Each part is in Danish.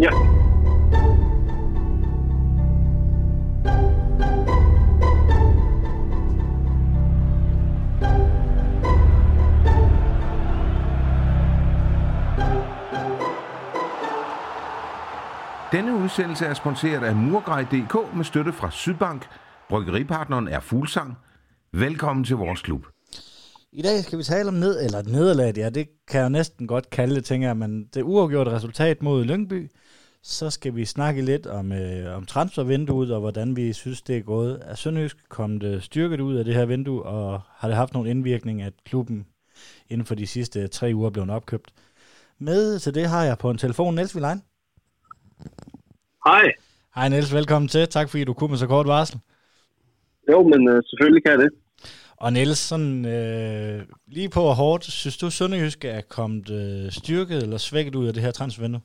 Ja. Denne udsendelse er sponsoreret af Murgrej.dk med støtte fra Sydbank. Bryggeripartneren er Fuglsang. Velkommen til vores klub. I dag skal vi tale om nederlaget. Ja, det kan jeg næsten godt kalde det, tænker jeg, men det uafgjorte resultat mod Lyngby. Så skal vi snakke lidt om transfervinduet, og hvordan vi synes, det er gået. Er Sønderjysk kommet styrket ud af det her vindue, og har det haft nogen indvirkning, at klubben inden for de sidste 3 uger er blevet opkøbt? Med til det har jeg på en telefon Niels Vilein. Hej. Hej Niels, velkommen til. Tak fordi du kunne med så kort varsel. Jo, men selvfølgelig kan jeg det. Og Niels, sådan lige på og hårdt, synes du Sønderjysk er kommet styrket eller svækket ud af det her transfervindue?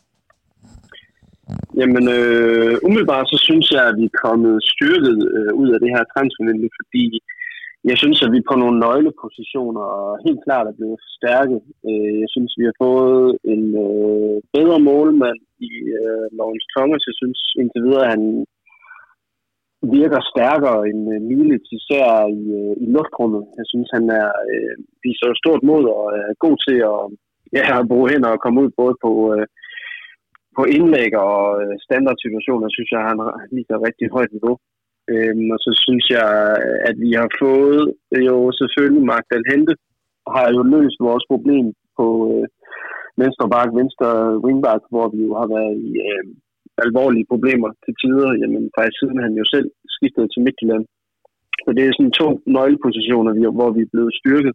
Jamen, umiddelbart så synes jeg, at vi er kommet styrket ud af det her transfervindue, fordi jeg synes, at vi på nogle nøglepositioner helt klart er blevet forstærket. Jeg synes, vi har fået en bedre målmand i Lawrence Thomas. Jeg synes indtil videre, at han virker stærkere end Milic, især i luftrummet. Jeg synes, han viser stort mod og er god til at bruge hænder og komme ud både på indlæg og standardsituationer. Synes jeg, han viser rigtig højt niveau. Og så synes jeg, at vi har fået jo selvfølgelig Magdal Hente, har jo løst vores problem på venstre bak, venstre wingback, hvor vi jo har været i alvorlige problemer til tider. Jamen faktisk siden han jo selv skiftede til Midtjylland. Så det er sådan 2 nøglepositioner, hvor vi er blevet styrket.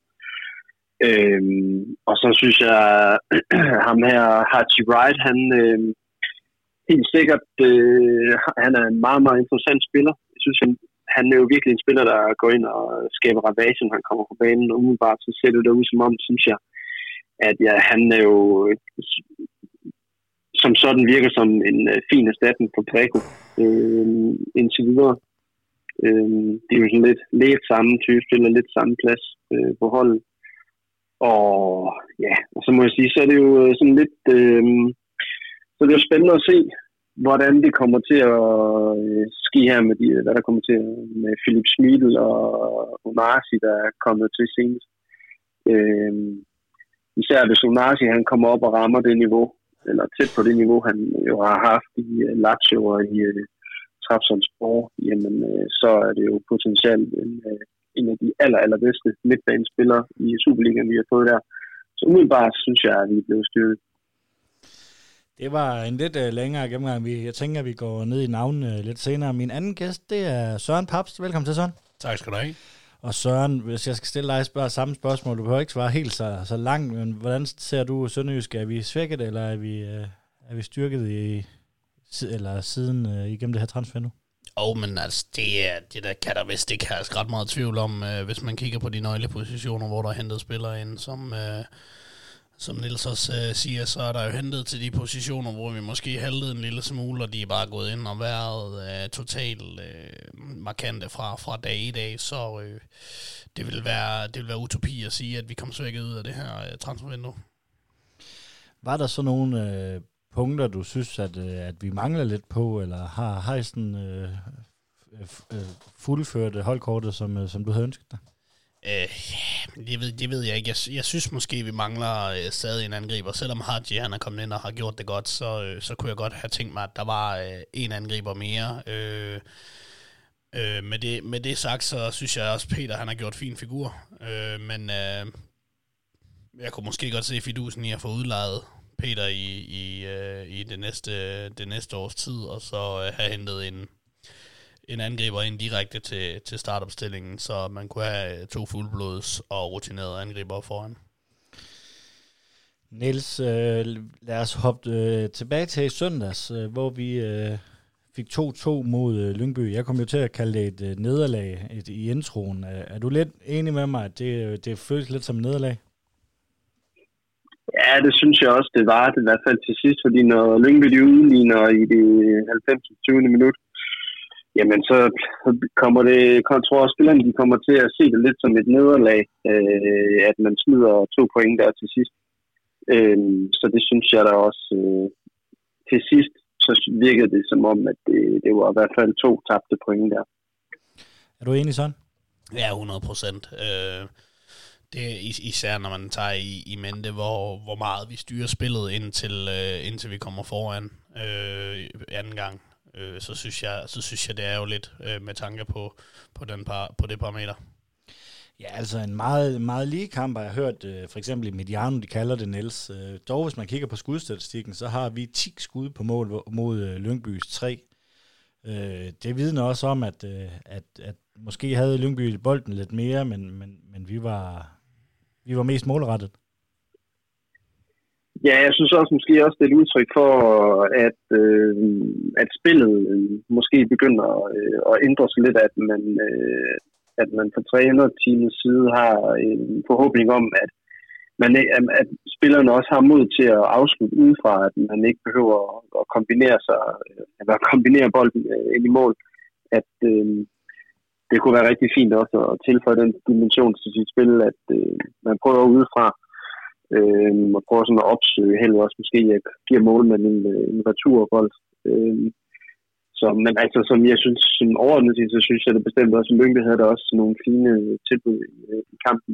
Og så synes jeg, ham her, Haji Wright, han helt sikkert, han er en meget, meget interessant spiller. Jeg synes, han er jo virkelig en spiller, der går ind og skaber ravage, når han kommer på banen. Og umiddelbart så ser det ud som om, synes jeg, at han er jo som sådan virker som en fin erstatning for Breko indtil videre. Det er jo sådan lidt samme type spiller, lidt samme plads på holdet. Og ja, og så må jeg sige, så er det jo sådan lidt så det er jo spændende at se, hvordan det kommer til at ske her med hvad der kommer til med Philip Schmidl og Onasi, der er kommet til senest. Især hvis Onasi han kommer op og rammer det niveau, eller tæt på det niveau, han jo har haft i Lazio og i Trabzonspor, jamen så er det jo potentielt en af de allerbedste midtbanespillere i Superligaen, vi har fået der. Så umiddelbart synes jeg, at vi er blevet styrket. Det var en lidt længere gennemgang. Jeg tænker, at vi går ned i navnene lidt senere. Min anden gæst, det er Søren Papst. Velkommen til, Søren. Tak skal du have. Og Søren, hvis jeg skal stille dig samme spørgsmål, du behøver ikke svare helt så langt, men hvordan ser du Sønderjysk? Er vi svækket, eller er vi styrket siden igennem det her transfervindue? Men altså, det der kan der vist ikke have ret meget tvivl om, hvis man kigger på de nøglepositioner, hvor der er hentet spillere ind, som Niels også siger, så er der jo hentet til de positioner, hvor vi måske haltede en lille smule, og de er bare gået ind og været totalt markante fra dag i dag, så det vil være utopi at sige, at vi kom svækket ud af det her transfervindue. Var der så nogle punkter, du synes, at vi mangler lidt på, eller har I sådan fuldført holdkortet, som du havde ønsket dig? Det ved jeg ikke. Jeg synes måske, vi mangler stadig en angriber. Selvom Haji han er kommet ind og har gjort det godt, så kunne jeg godt have tænkt mig, at der var en angriber mere. Med det sagt, så synes jeg også, Peter han har gjort fin figur. Men jeg kunne måske godt se fidusen i at få udlejet Peter i det næste års tid, og så have hentet en angriber ind direkte til startopstillingen, så man kunne have 2 fuldblods og rutinerede angriber foran. Niels, lad os hoppe tilbage til i søndags, hvor vi fik 2-2 mod Lyngby. Jeg kom jo til at kalde det et nederlag i introen. Er du lidt enig med mig, at det føles lidt som et nederlag? Ja, det synes jeg også, det var det i hvert fald til sidst, fordi når Lyngby de udligner i det 90-20. minut, jamen så kommer det, jeg tror også, spillerne de kommer til at se det lidt som et nederlag, at man smider 2 point der til sidst. Så det synes jeg da også til sidst, så virkede det som om, at det var i hvert fald 2 tabte point der. Er du enig sådan? Ja, 100%. Det er især, når man tager i mente, hvor meget vi styrer spillet indtil vi kommer foran anden gang. Så synes jeg, det er jo lidt med tanke på det parameter. Ja, altså en meget, meget lige kamp har jeg hørt, for eksempel i Mediano, de kalder det, Niels. Dog, hvis man kigger på skudstatistikken, så har vi 10 skud på mål mod Lyngbys 3. Det vidner også om, at måske havde Lyngby bolden lidt mere, men vi var mest målrettet. Ja, jeg synes også måske også det er et udtryk for, at spillet måske begynder at ændre sig lidt, at man fra trænerteamets side har en forhåbning om, at spillerne også har mod til at afslutte udefra, at man ikke behøver at kombinere bolden ind i mål. At det kunne være rigtig fint også at tilføje den dimension til sit spil, at man prøver udefra og prøver sådan at opsøge heller også måske at give målmanden en returbold. Men altså, som jeg synes, som overordnet så synes jeg det bestemt også, at Lyngby havde der også nogle fine tilbud i kampen.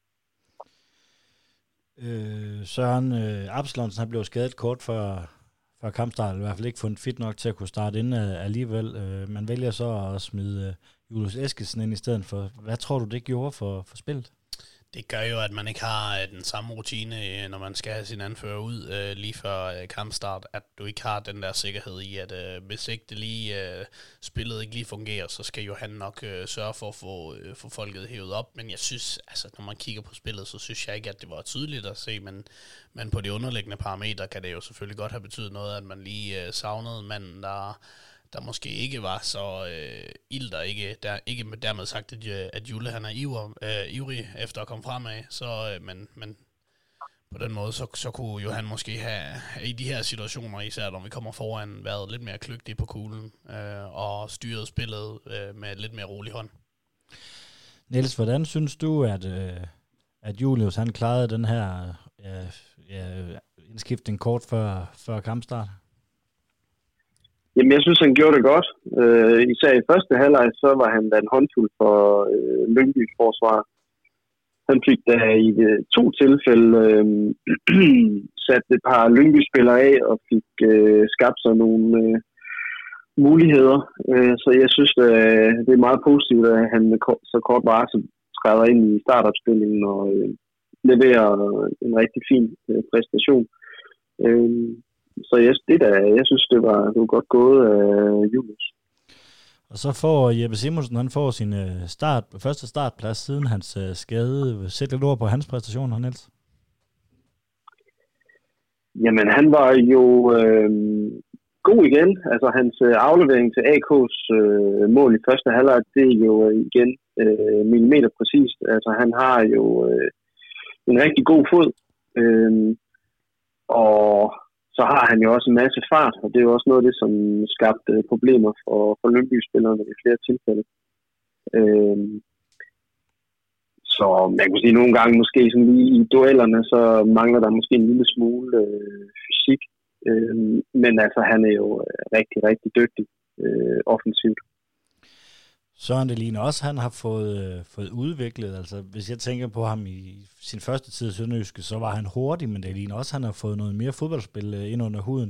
Søren Absalonsen har blevet skadet kort for kampstart, i hvert fald ikke fundet fit nok til at kunne starte ind alligevel. Man vælger så at smide Julius Eskildsen ind i stedet for. Hvad tror du, det gjorde for spillet? Det gør jo, at man ikke har den samme rutine, når man skal have sin anfører ud lige før kampstart, at du ikke har den der sikkerhed i, at hvis ikke det lige spillet ikke lige fungerer, så skal Johan nok sørge for at få folket hævet op. Men jeg synes, altså når man kigger på spillet, så synes jeg ikke, at det var tydeligt at se, men på de underliggende parametre kan det jo selvfølgelig godt have betydet noget, at man lige savnede manden, der måske ikke var så ild, og ikke dermed sagt, at Jule han er ivrig efter at komme fremad, men på den måde, så kunne Johan måske have i de her situationer, især når vi kommer foran, været lidt mere kløgtig på kuglen og styret spillet med lidt mere rolig hånd. Niels, hvordan synes du, at Julius han klarede den her indskiftning kort før kampstart? Jamen, jeg synes, han gjorde det godt. Især i første halvleg, så var han da en håndfuld for Lyngbys forsvar. Han fik da i 2 tilfælde sat et par Lyngby-spillere af og fik skabt sig nogle muligheder. Så jeg synes, det er meget positivt, at han med så kort varsel træder ind i startopstillingen og leverer en rigtig fin præstation. Så jeg synes, det var godt gået af Julius. Og så får Jeppe Simonsen, han får sin første startplads siden hans skade. Sæt lidt ord på hans præstationer, Niels. Jamen, han var jo god igen. Altså, hans aflevering til AK's mål i første halvleg, det er jo igen millimeter præcist. Altså, han har jo en rigtig god fod. Og så har han jo også en masse fart, og det er jo også noget af det, som skabte problemer for Lyngby-spillerne i flere tilfælde. Så man kan sige, at nogle gange måske sådan lige i duellerne, så mangler der måske en lille smule fysik. Men altså, han er jo rigtig, rigtig dygtig offensivt. Søren, det ligner også, han har fået udviklet. Altså, hvis jeg tænker på ham i sin første tid i Sønderjyske, så var han hurtig, men det ligner også, han har fået noget mere fodboldspil ind under huden.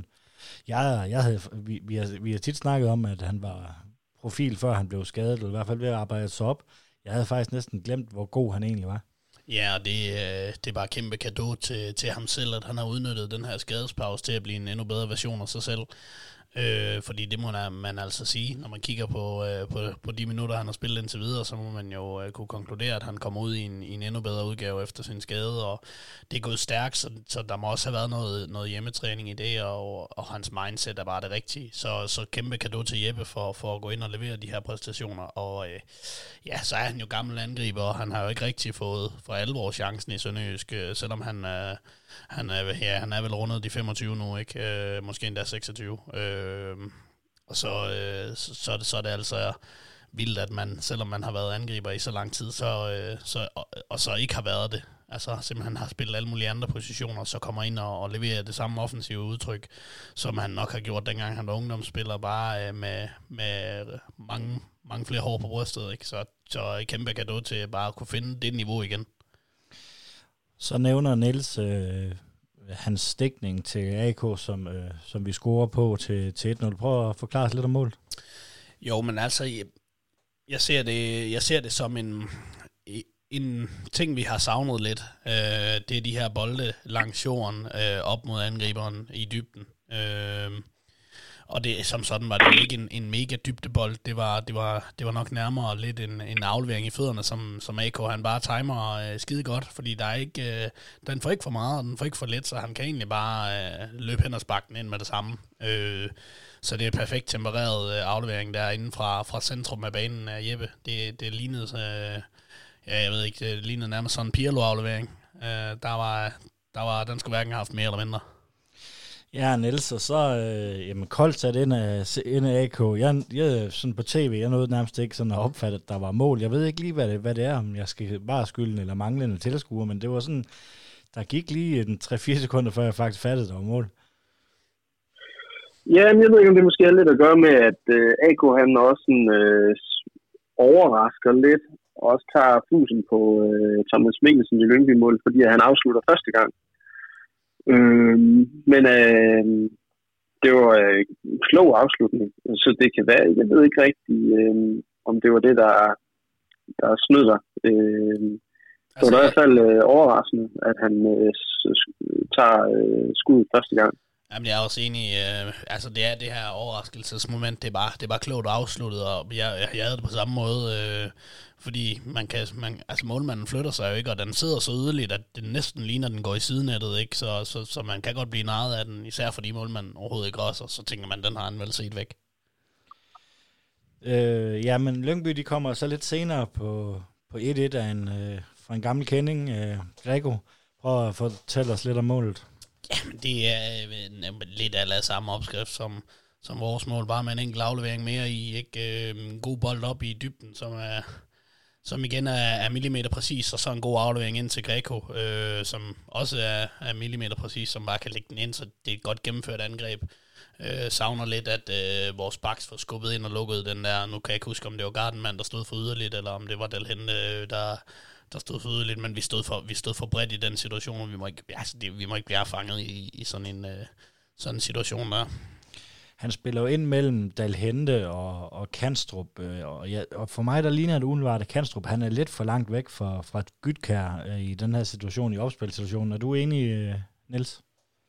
Vi har tit snakket om, at han var profil, før han blev skadet, eller i hvert fald ved at arbejde sig op. Jeg havde faktisk næsten glemt, hvor god han egentlig var. Ja, det er bare kæmpe cadeau til ham selv, at han har udnyttet den her skadespause til at blive en endnu bedre version af sig selv. Fordi det må man altså sige, når man kigger på de minutter, han har spillet indtil videre, så må man jo kunne konkludere, at han kommer ud i en endnu bedre udgave efter sin skade, og det er gået stærkt, så der må også have været noget hjemmetræning i det, og hans mindset er bare det rigtige. Så kæmpe cadeau til Jeppe for at gå ind og levere de her præstationer, og så er han jo gammel angriber, og han har jo ikke rigtig fået for alvor chancen i Sønderjysk, selvom han er vel rundet de 25 nu, ikke? Måske endda 26. Og så er det altså vildt, at man, selvom man har været angriber i så lang tid, så ikke har været det altså simpelthen har spillet alle mulige andre positioner, så kommer ind og leverer det samme offensive udtryk, som han nok har gjort, dengang han var ungdomsspiller, bare med mange flere hår på brystet, ikke? Så et kæmpe cadeau til bare at kunne finde det niveau igen. Så nævner Niels hans dækning til AK, som vi scorer på til 1-0. Prøv at forklare os lidt om målet. Jo, men altså, jeg ser det som en ting, vi har savnet lidt. Det er de her bolde langs jorden op mod angriberen i dybden. Og det, som sådan var det jo ikke en mega dybdebold. Det var nok nærmere lidt en aflevering i fødderne, som AK han bare timer skide godt, fordi der er ikke, den får ikke for meget, og den får ikke for let, så han kan egentlig bare løbe hen og sparke den ind med det samme. Så det er perfekt tempereret aflevering derinde fra centrum af banen af Jeppe. Det lignede, jeg ved ikke, det lignede nærmest sådan en Pirlo-aflevering. Den skulle hverken have haft mere eller mindre. Ja, Niels, og så koldt sat ind af AK. Jeg sådan på tv, jeg nåede nærmest ikke sådan at opfatte, at der var mål. Jeg ved ikke lige, hvad det er, om jeg skal bare skylden eller manglende tilskuer, men det var sådan, der gik lige 3-4 sekunder, før jeg faktisk fattede, der var mål. Ja, men jeg ved ikke, om det måske er lidt at gøre med, at AK han også sådan, overrasker lidt, og også tager fusen på Thomas Mikkelsen i Lyngby-mål, fordi han afslutter første gang. Men det var en klog afslutning, så det kan være, jeg ved ikke rigtigt, om det var det, der snød dig. Det var i hvert fald overraskende, at han tager skuddet første gang. Jamen, jeg er også enig. Altså, det er det her overraskelsesmoment. Det er bare klogt afsluttet, og jeg havde det på samme måde, fordi altså målmanden flytter sig jo ikke, og den sidder så yderligt, at det næsten ligner, den går i sidenettet, ikke? Så man kan godt blive narret af den, især fordi målmanden overhovedet ikke røser, så tænker man, den har han vel set væk. Ja, men Lyngby, de kommer så lidt senere på 1-1 fra en gammel kending, Grego. Prøv at fortælle os lidt om målet. Jamen, det er lidt af samme opskrift som vores mål, bare med en enkelt aflevering mere i, ikke? En god bold op i dybden, som igen er millimeter præcis, og så en god aflevering ind til Greco, som også er millimeter præcis, som bare kan lægge den ind, så det er et godt gennemført angreb. Savner lidt, at vores backs får skubbet ind og lukket den der, nu kan jeg ikke huske, om det var Gardenman, der stod for yderligt, eller om det var Dalhente, der stod for yderligt, men vi stod for bredt i den situation, og vi må ikke blive fanget i sådan en situation der. Han spiller jo ind mellem Dalhente og Kanstrup, og for mig der ligner det udenvart, at Kanstrup han er lidt for langt væk fra Gytkær i den her situation, i opspilsituationen. Er du enig, Niels?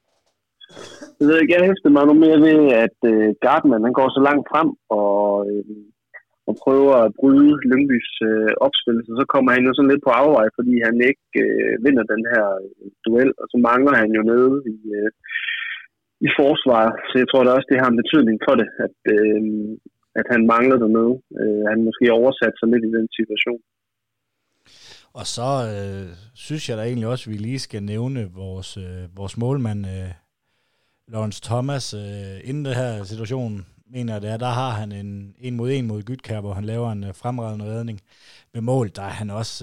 Jeg hæfter mig noget mere ved, at Gardenman han går så langt frem og prøver at bryde Lyngbys opspil, så kommer han jo sådan lidt på afvej, fordi han ikke vinder den her duel, og så mangler han jo nede i forsvaret. Så jeg tror da også, det har en betydning for det, at han mangler dernede. Han måske oversat sig lidt i den situation. Og så synes jeg da egentlig også, at vi lige skal nævne vores målmand, Lawrence Thomas, inden det her situation, mener det er, der har han en mod en mod Gytkær, hvor han laver en fremragende redning. Ved mål, der er han også,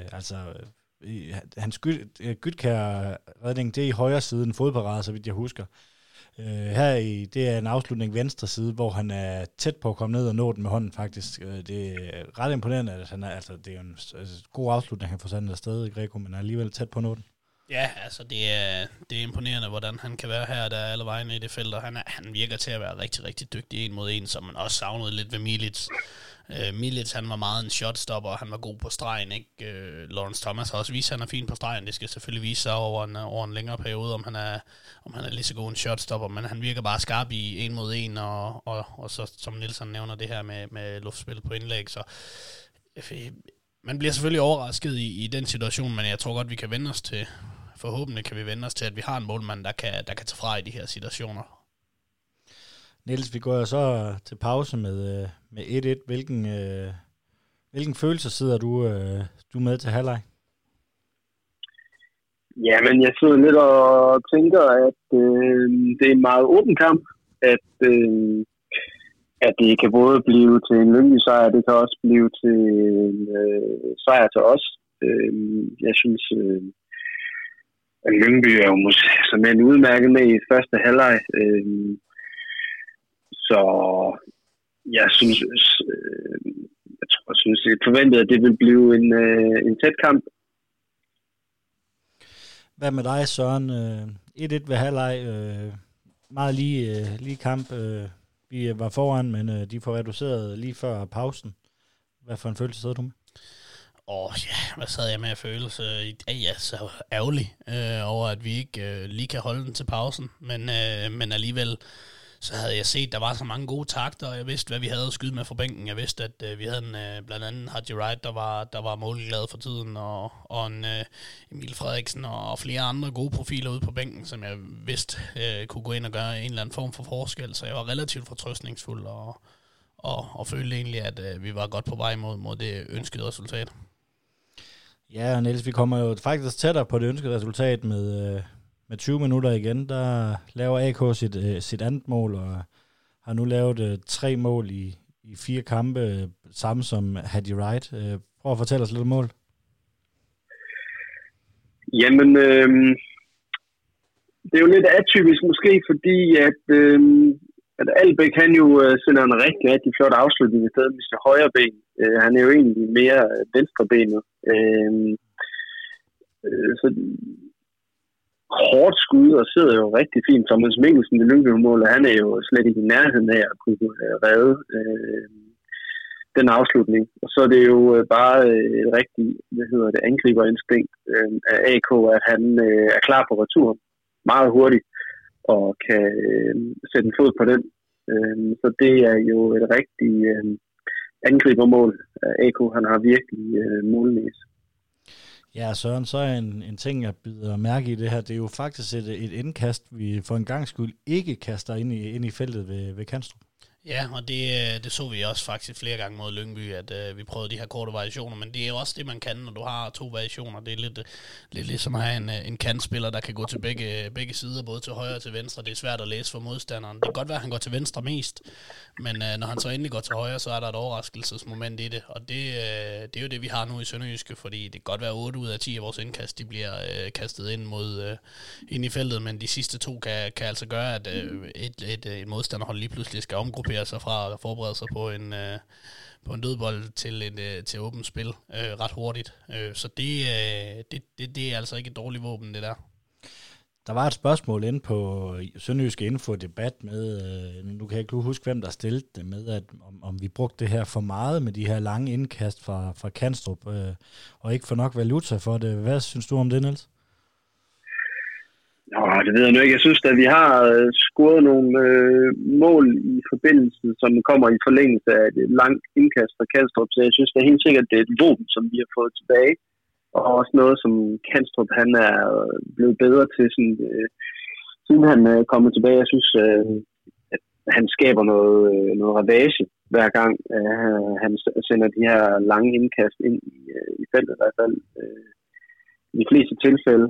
hans Gytkær-redning, det er i højre side, en fodparade, så vidt jeg husker. Det er en afslutning venstre side, hvor han er tæt på at komme ned og nå den med hånden faktisk. Det er ret imponerende, at han det er en god afslutning, han får sendt afsted i Greco, men er alligevel tæt på at nå den. Ja, altså det er imponerende, hvordan han kan være her, der er alle vejene i det felt, og han virker til at være rigtig, rigtig dygtig en mod en, som man også savnede lidt ved Milic. Milic, han var meget en shotstopper, og han var god på stregen, ikke? Lawrence Thomas har også vist, at han er fin på stregen. Det skal selvfølgelig vise sig over en længere periode, om han er lige så god en shotstopper, men han virker bare skarp i en mod en, og så, som Nielsen nævner, det her med luftspil på indlæg, så man bliver selvfølgelig overrasket i den situation, men jeg tror godt, vi kan vende os til, forhåbentlig kan vi vende os til, at vi har en målmand, der kan tage fra i de her situationer. Niels, vi går jo så til pause med 1-1. Hvilken følelse sidder du med til halvleg? Ja, men jeg sidder lidt og tænker, at det er en meget åben kamp, at det kan både blive til en Lyngby sejr, det kan også blive til en sejr til os. Jeg synes, Lyngby er jo måske som en udmærket med i første halvleg. Så jeg synes, jeg forventede, at det vil blive en tæt kamp. Hvad med dig, Søren? 1-1 ved halvleg. Meget lige kamp. Vi var foran, men de får reduceret lige før pausen. Hvad for en følelse sidder du med? Hvad sad jeg med at føle? Så ærgerlig over, at vi ikke lige kan holde den til pausen. Men alligevel, så havde jeg set, der var så mange gode takter, og jeg vidste, hvad vi havde at skyde med fra bænken. Jeg vidste, at vi havde blandt andet Haji Wright, der var målglad for tiden, og en Emil Frederiksen og flere andre gode profiler ude på bænken, som jeg vidste kunne gå ind og gøre en eller anden form for forskel. Så jeg var relativt fortrøstningsfuld og følte egentlig, at vi var godt på vej mod det ønskede resultat. Ja, og Niels, vi kommer jo faktisk tættere på det ønskede resultat med 20 minutter igen. Der laver AK sit andet mål, og har nu lavet 3 mål i 4 kampe, samme som Haji Wright. Prøv at fortælle os lidt om mål. Jamen, det er jo lidt atypisk måske, fordi at Albæk, han jo sender en rigtig flot afslutning i stedet med sit højre ben. Han er jo egentlig mere venstrebenet. Så hårdt skud og sidder jo rigtig fint. Thomas Mikkelsen, det Lyngby-målet, han er jo slet ikke i nærheden af at kunne redde den afslutning. Og så er det jo bare et rigtigt, angriberinstinkt af AK, at han er klar på returen meget hurtigt og kan sætte en fod på den. Så det er jo et rigtigt angribermål af AK. Han har virkelig målnæs. Ja, Søren, så er en ting, jeg bider mærke i det her, det er jo faktisk et indkast, vi for en gang skyld ikke kaster ind i feltet ved Kanstrup. Ja, og det så vi også faktisk flere gange mod Lyngby, at vi prøvede de her korte variationer, men det er jo også det, man kan, når du har 2 variationer. Det er lidt ligesom at have en kantspiller, der kan gå til begge sider, både til højre og til venstre. Det er svært at læse for modstanderen. Det kan godt være, at han går til venstre mest, men når han så endelig går til højre, så er der et overraskelsesmoment i det, og det er jo det, vi har nu i Sønderjyske, fordi det kan godt være 8 ud af 10 af vores indkast, de bliver kastet ind i feltet, men de sidste 2 kan altså gøre, at et modstanderhold lige pludselig skal omgruppere sig fra at forberede sig på en dødbold til åbent spil ret hurtigt. Så det er altså ikke et dårligt våben, det der. Der var et spørgsmål inde på Sønderjyske Info-debat med, nu kan jeg ikke huske, hvem der stillede det med, at om vi brugte det her for meget med de her lange indkast fra Kanstrup, og ikke får nok valuta for det. Hvad synes du om det, Niels? Det ved jeg nu ikke. Jeg synes, at vi har scoret nogle mål i forbindelse, som kommer i forlængelse af et langt indkast fra Kanstrup. Så jeg synes, det er helt sikkert, at det er et våben, som vi har fået tilbage. Og også noget, som Kanstrup han er blevet bedre til, siden han er kommet tilbage. Jeg synes, at han skaber noget ravage hver gang. Han sender de her lange indkast ind i feltet, i hvert fald i de fleste tilfælde.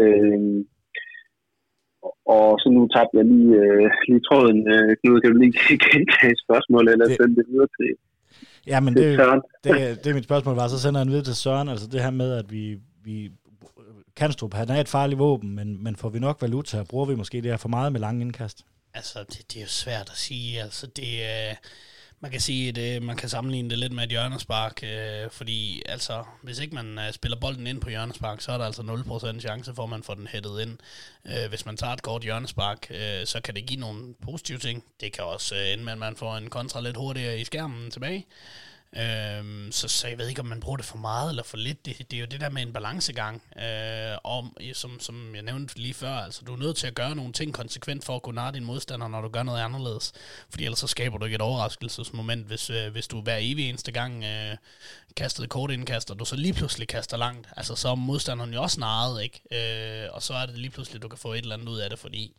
Og så nu tabte jeg lige tråden. Knud, kan du lige gentage spørgsmålet, eller sende det videre til Ja, men det mit spørgsmål var, så sender jeg en videre til Søren, altså det her med, at vi Kanstrup, han er et farligt våben, men får vi nok valuta, og bruger vi måske det her for meget med lange indkast? Altså, det er jo svært at sige, altså man kan sige, at man kan sammenligne det lidt med et hjørnespark, fordi altså, hvis ikke man spiller bolden ind på hjørnespark, så er der altså 0% chance for, at man får den hættet ind. Hvis man tager et kort hjørnespark, så kan det give nogle positive ting. Det kan også ende med, at man får en kontra lidt hurtigere i skærmen tilbage. Så jeg ved ikke, om man bruger det for meget eller for lidt. Det er jo det der med en balancegang, som jeg nævnte lige før. Altså, du er nødt til at gøre nogle ting konsekvent for at kunne narre din modstander, når du gør noget anderledes. Fordi ellers så skaber du ikke et overraskelsesmoment, hvis du hver evig eneste gang kastet kort indkast, og du så lige pludselig kaster langt. Altså, så er modstanderen jo også narret, ikke? Og så er det lige pludselig, du kan få et eller andet ud af det, fordi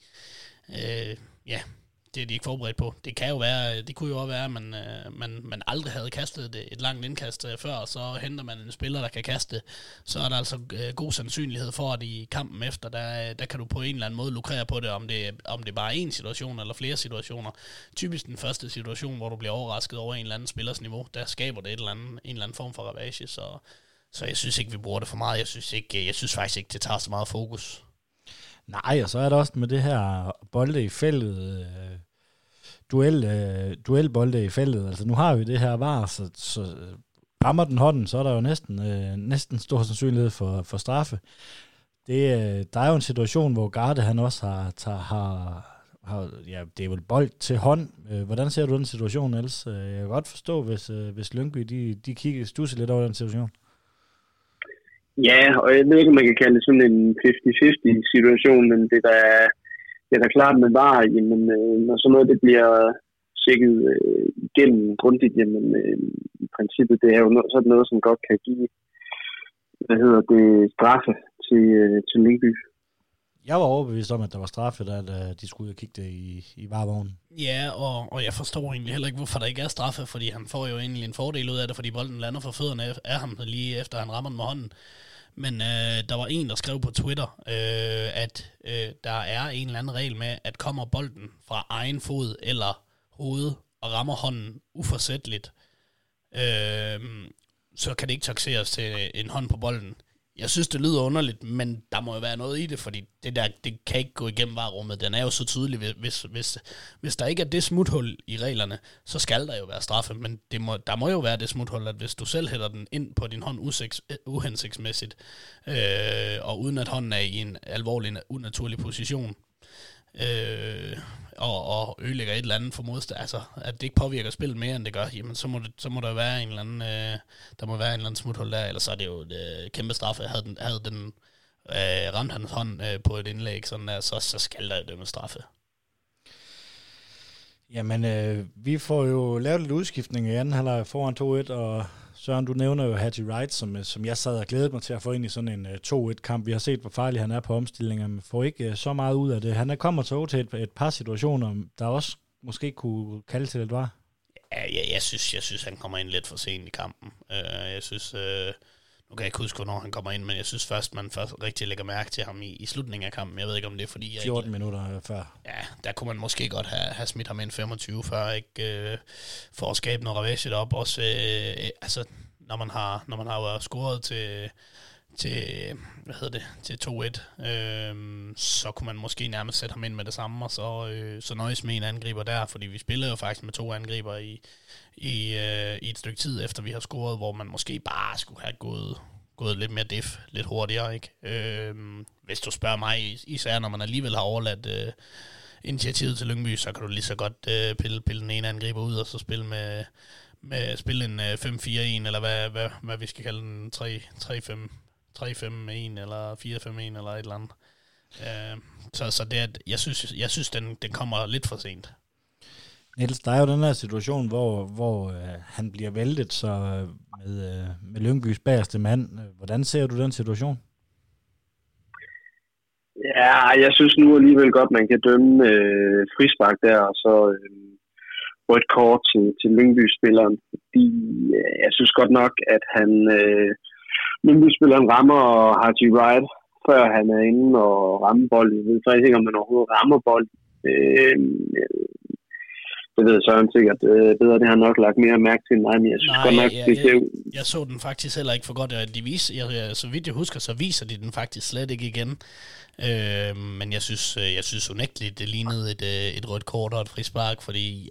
det er de ikke forberedt på. Det kan jo være, det kunne jo også være, at man aldrig havde kastet et langt indkast før, og så henter man en spiller, der kan kaste. Så er der altså god sandsynlighed for, at i kampen efter, der kan du på en eller anden måde lukrere på det, om det bare er en situation eller flere situationer. Typisk den første situation, hvor du bliver overrasket over en eller anden spillers niveau, der skaber det en eller anden form for ravage. Så jeg synes ikke, vi bruger det for meget. Jeg synes faktisk ikke, det tager så meget fokus. Nej, og så er der også med det her bolde i feltet, duelbolde i feltet. Altså nu har vi det her VAR, så rammer den hånden, så er der jo næsten stor sandsynlighed for straffe. Der er jo en situation, hvor Garde han også har det er vel bold til hånd. Hvordan ser du den situation, Niels? Jeg kan godt forstå, hvis Lyngby de kigger studser lidt over den situation. Ja, og jeg ved ikke, om man kan kalde det sådan en 50-50 situation, men det er da klart med VAR, jamen, når sådan noget det bliver tjekket igennem grundigt, jamen i princippet, det er jo sådan noget, som godt kan give, straffe til Lyngby. Jeg var overbevist om, at der var straffe, da de skulle ud og kigge det i varevognen. Ja, og jeg forstår egentlig heller ikke, hvorfor der ikke er straffe, fordi han får jo egentlig en fordel ud af det, fordi bolden lander for fødderne af ham lige efter han rammer den med hånden. Men der var en, der skrev på Twitter, at der er en eller anden regel med, at kommer bolden fra egen fod eller hoved og rammer hånden uforsætligt, så kan det ikke taxeres til en hånd på bolden. Jeg synes, det lyder underligt, men der må jo være noget i det, fordi det kan ikke gå igennem varerummet. Den er jo så tydelig. Hvis der ikke er det smuthul i reglerne, så skal der jo være straffe, men der må jo være det smuthul, at hvis du selv hætter den ind på din hånd uhensigtsmæssigt, og uden at hånden er i en alvorlig, unaturlig position, og ødelægger et eller andet for modstand, altså at det ikke påvirker spillet mere, end det gør, jamen så må der være en eller anden, der må være en eller anden smuthul der, eller så er det jo et kæmpe straffe. Havde den ramt hans hånd på et indlæg, sådan der, så skal der jo dømme straffe. Jamen, vi får jo lavet lidt udskiftning i anden halvleg foran 2-1, og Søren, du nævner jo Haji Wright, som jeg sad og glædede mig til at få ind i sådan en 2-1-kamp. Vi har set, hvor farlig han er på omstillinger, men får ikke så meget ud af det. Han er kommet til et par situationer, der også måske kunne kalde til et var. Ja, jeg synes, han kommer ind lidt for sent i kampen. Jeg synes, nu kan jeg ikke huske, hvornår han kommer ind, men jeg synes man først rigtig lægger mærke til ham i slutningen af kampen. Jeg ved ikke, om det er fordi... 14 minutter før. Ja, der kunne man måske godt have smidt ham ind 25 før, ikke? For at skabe noget ravage op. Også, altså, når man har scoret til 2-1, så kunne man måske nærmest sætte ham ind med det samme, og så nøjes med en angriber der, fordi vi spillede jo faktisk med 2 angriber i et stykke tid, efter vi har scoret, hvor man måske bare skulle have gået lidt mere lidt hurtigere, ikke? Hvis du spørger mig, især når man alligevel har overladt initiativet til Lyngby, så kan du lige så godt pille den ene angriber ud, og så spille spille en 5-4-1, eller hvad vi skal kalde den, 3-5-1, eller 4-5-1, eller et eller andet. Så det er, jeg synes den kommer lidt for sent. Niels, der er jo den her situation, hvor han bliver væltet så med Lyngbys bagerste mand. Hvordan ser du den situation? Ja, jeg synes nu alligevel godt, man kan dømme frispark der, og så rødt kort til Lyngby-spilleren. Fordi jeg synes godt nok, at han Lyngby-spilleren rammer Haji Wright, før han er inde og rammer bolden. Jeg ved faktisk ikke, om man overhovedet rammer bolden. Det ved Søren sikkert bedre, det har nok lagt mere mærke til mig, men jeg synes godt nok, det ser ud. Jeg så den faktisk heller ikke for godt, at de viser, så vidt jeg husker, så viser de den faktisk slet ikke igen. Men jeg synes unægteligt, det lignede et rødt kort og et frispark, fordi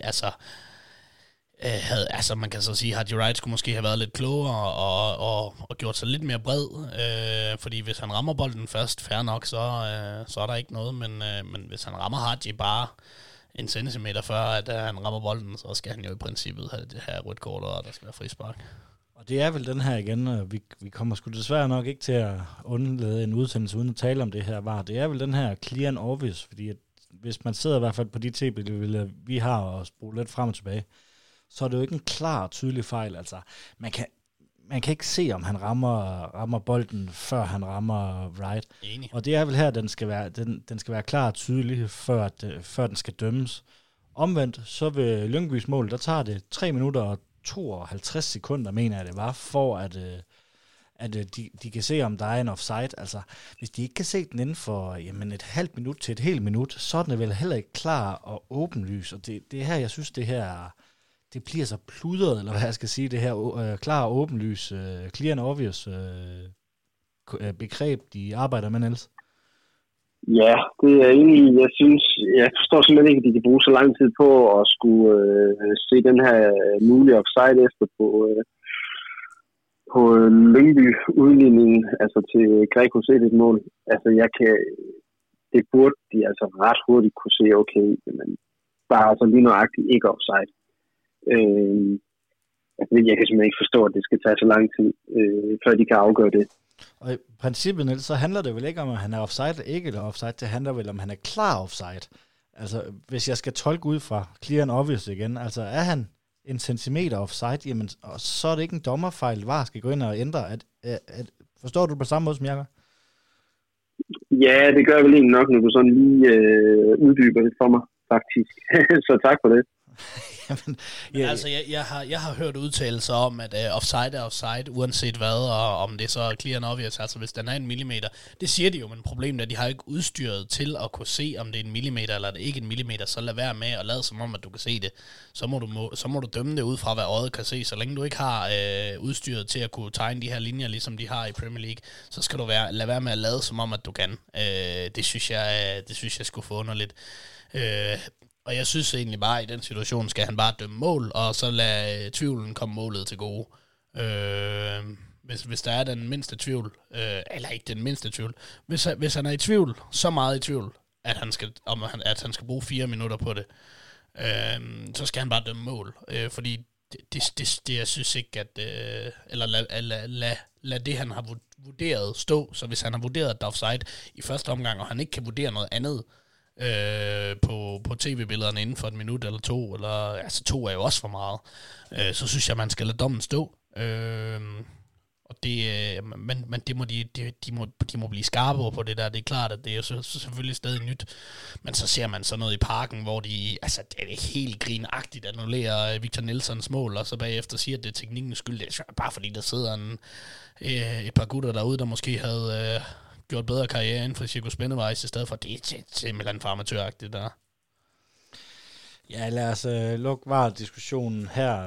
man kan så sige, at Haji Wright skulle måske have været lidt klogere og gjort sig lidt mere bred, fordi hvis han rammer bolden først, fair nok, så er der ikke noget, men hvis han rammer Haji bare en centimeter før, at han rammer bolden, så skal han jo i princippet have det her rødt kort, og der skal være frispark. Og det er vel den her igen, og vi kommer sgu desværre nok ikke til at undlade en udsendelse uden at tale om det her var. Det er vel den her clear and obvious, fordi at hvis man sidder i hvert fald på de tv-billeder, vi har og spole lidt frem og tilbage, så er det jo ikke en klar, tydelig fejl. Altså, man kan ikke se, om han rammer bolden, før han rammer Wright. Enig. Og det er vel her, den skal være klar og tydelig, før den skal dømmes. Omvendt, så ved Lyngbys mål, der tager det 3 minutter og 52 sekunder, mener jeg det var, for at de kan se, om der er en offside. Altså, hvis de ikke kan se den inden for et halvt minut til et helt minut, så er den vel heller ikke klar og åbenlys. Og det er her, jeg synes, det bliver så pludret, eller hvad jeg skal sige, det her klar og åbenlys, clear and obvious begreb, de arbejder med, Niels. Ja, det er egentlig, jeg forstår simpelthen ikke, at de kan bruge så lang tid på at skulle se den her mulige offside efter på Lyngby udligningen, altså til Grecos 1-mål. Altså det burde de altså ret hurtigt kunne se, okay, men bare altså lige nøjagtigt ikke offside. Jeg kan simpelthen ikke forstå, at det skal tage så lang tid, før de kan afgøre det. Og i princippet, Niels, så handler det vel ikke om, at han er offside eller ikke eller offside. Det handler vel om, at han er klar offside. Altså, hvis jeg skal tolke ud fra clear and obvious igen, altså er han en centimeter offside, jamen, og så er det ikke en dommerfejl, VAR skal gå ind og ændre. Forstår du på samme måde, som jeg gør? Ja, det gør jeg vel egentlig nok, når du sådan lige uddyber det for mig, faktisk. Så tak for det. Jamen, altså, jeg har hørt udtalelser om, at offside er offside, uanset hvad, og om det så er clear and obvious, altså hvis den er en millimeter. Det siger de jo, men problemet er, at de har ikke udstyret til at kunne se, om det er en millimeter eller det ikke en millimeter, så lad være med at lade som om, at du kan se det. Så må du dømme det ud fra, hvad øjet kan se. Så længe du ikke har udstyret til at kunne tegne de her linjer, ligesom de har i Premier League, så skal du lade være med at lade som om, at du kan. Det synes jeg skulle få underligt. Og jeg synes egentlig bare, i den situation skal han bare dømme mål, og så lade tvivlen komme målet til gode. Hvis der er den mindste tvivl, eller ikke den mindste tvivl, hvis han er i tvivl, så meget i tvivl, at han skal bruge 4 minutter på det, så skal han bare dømme mål. Fordi det jeg synes ikke, at eller lad det, han har vurderet stå. Så hvis han har vurderet, at der er offside i første omgang, og han ikke kan vurdere noget andet, på tv-billederne inden for 1 minut eller 2, eller altså 2 er jo også for meget, så synes jeg, man skal lade dommen stå, og det, men det må de må blive skarpere på det der. Det er klart, at det er jo selvfølgelig stadig nyt, men så ser man så noget i Parken, hvor de, altså det er helt grinagtigt annullerer Victor Nelsons mål, og så bagefter siger, at det er teknikkens skyld. Det er bare fordi, der sidder et par gutter derude, der måske havde gjort bedre karriere inden for Cirkus Spændevejs, i stedet for det er simpelthen for amatøragtigt der. Ja, lad os lukke VAR-diskussionen her.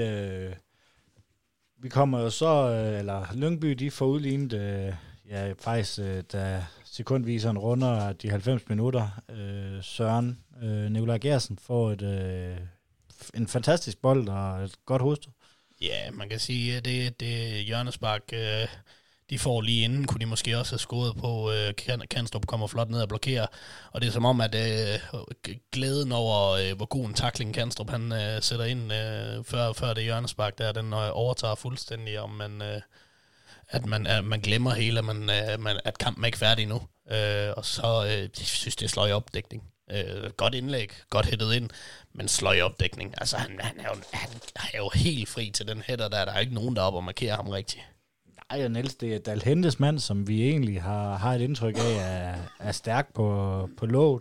Vi kommer jo så, eller Lyngby, de får udlignet, faktisk, da sekundviseren runder de 90 minutter. Søren Nikolaj Gersen får en fantastisk bold og et godt hovedstød. Ja, man kan sige, at det hjørnespark, de får lige inden, kunne de måske også have scoret på. Kanstrup kommer flot ned og blokerer, og det er som om, at glæden over, hvor god en tackling Kanstrup han sætter ind før det hjørnespark der, den overtager fuldstændig, om at man glemmer hele, at kampen er ikke færdig endnu. Og så jeg synes det slår i opdækning. Godt indlæg, godt hættet ind, men slår i opdækning. Altså han er jo helt fri til den hætter der. Der er ikke nogen deroppe og markerer ham rigtigt. Nej, og Niels, det er Dal Hentes mand, som vi egentlig har et indtryk af, er stærk på låget.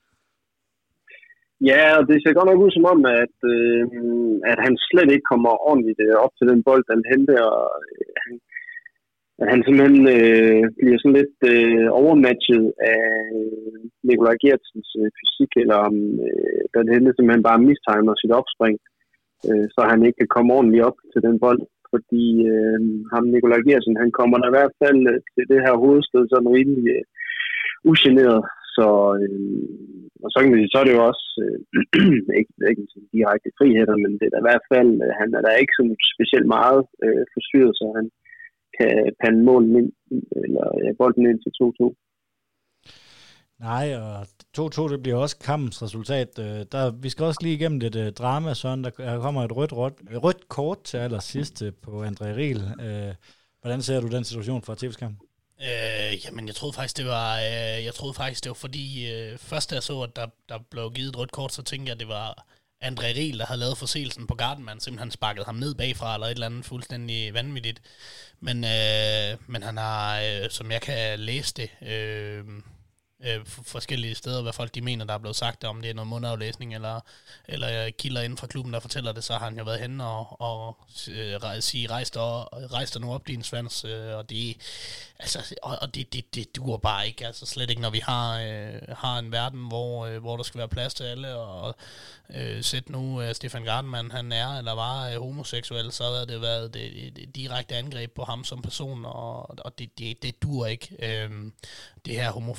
Ja, og det ser godt nok ud som om, at han slet ikke kommer ordentligt op til den bold, Dal Hente, og at han simpelthen bliver sådan lidt overmatchet af Nikolaj Gertsens fysik, eller om Dal Hente simpelthen bare mistimer sit opspring, så han ikke kan komme ordentligt op til den bold. Fordi ham Nikolaj Gertsen, han kommer der i hvert fald til det her hovedstød sådan rimelig ugeneret. Og så kan man sige, så er det jo også ikke direkte friheder, men det er da i hvert fald, han er der ikke sådan specielt meget forstyrret, så han kan pande målen ind, eller bolden ind til 2-2. Nej, og 2-2, det bliver også kampens resultat. Vi skal også lige igennem lidt drama, Søren. Der kommer et rødt kort til allersidst på André Riel. Hvordan ser du den situation fra TV-skærmen? Jamen, jeg troede faktisk, det var fordi, først da jeg så, at der blev givet et rødt kort, så tænkte jeg, at det var André Riel, der havde lavet forseelsen på Gardenman, simpelthen sparket ham ned bagfra, eller et eller andet fuldstændig vanvittigt. Men han har, som jeg kan læse det, forskellige steder, hvad folk de mener, der er blevet sagt, om det er noget mundaflæsning, eller kilder inden fra klubben, der fortæller det, så har han jo været henne og sige, rejs dig nu op, din svans, og det, altså, og det duer bare ikke, altså slet ikke, når vi har en verden, hvor der skal være plads til alle, og sæt nu Stefan Gardenman, han er eller var homoseksuel, så havde det været et direkte angreb på ham som person, og det duer ikke. Det her homofobi, det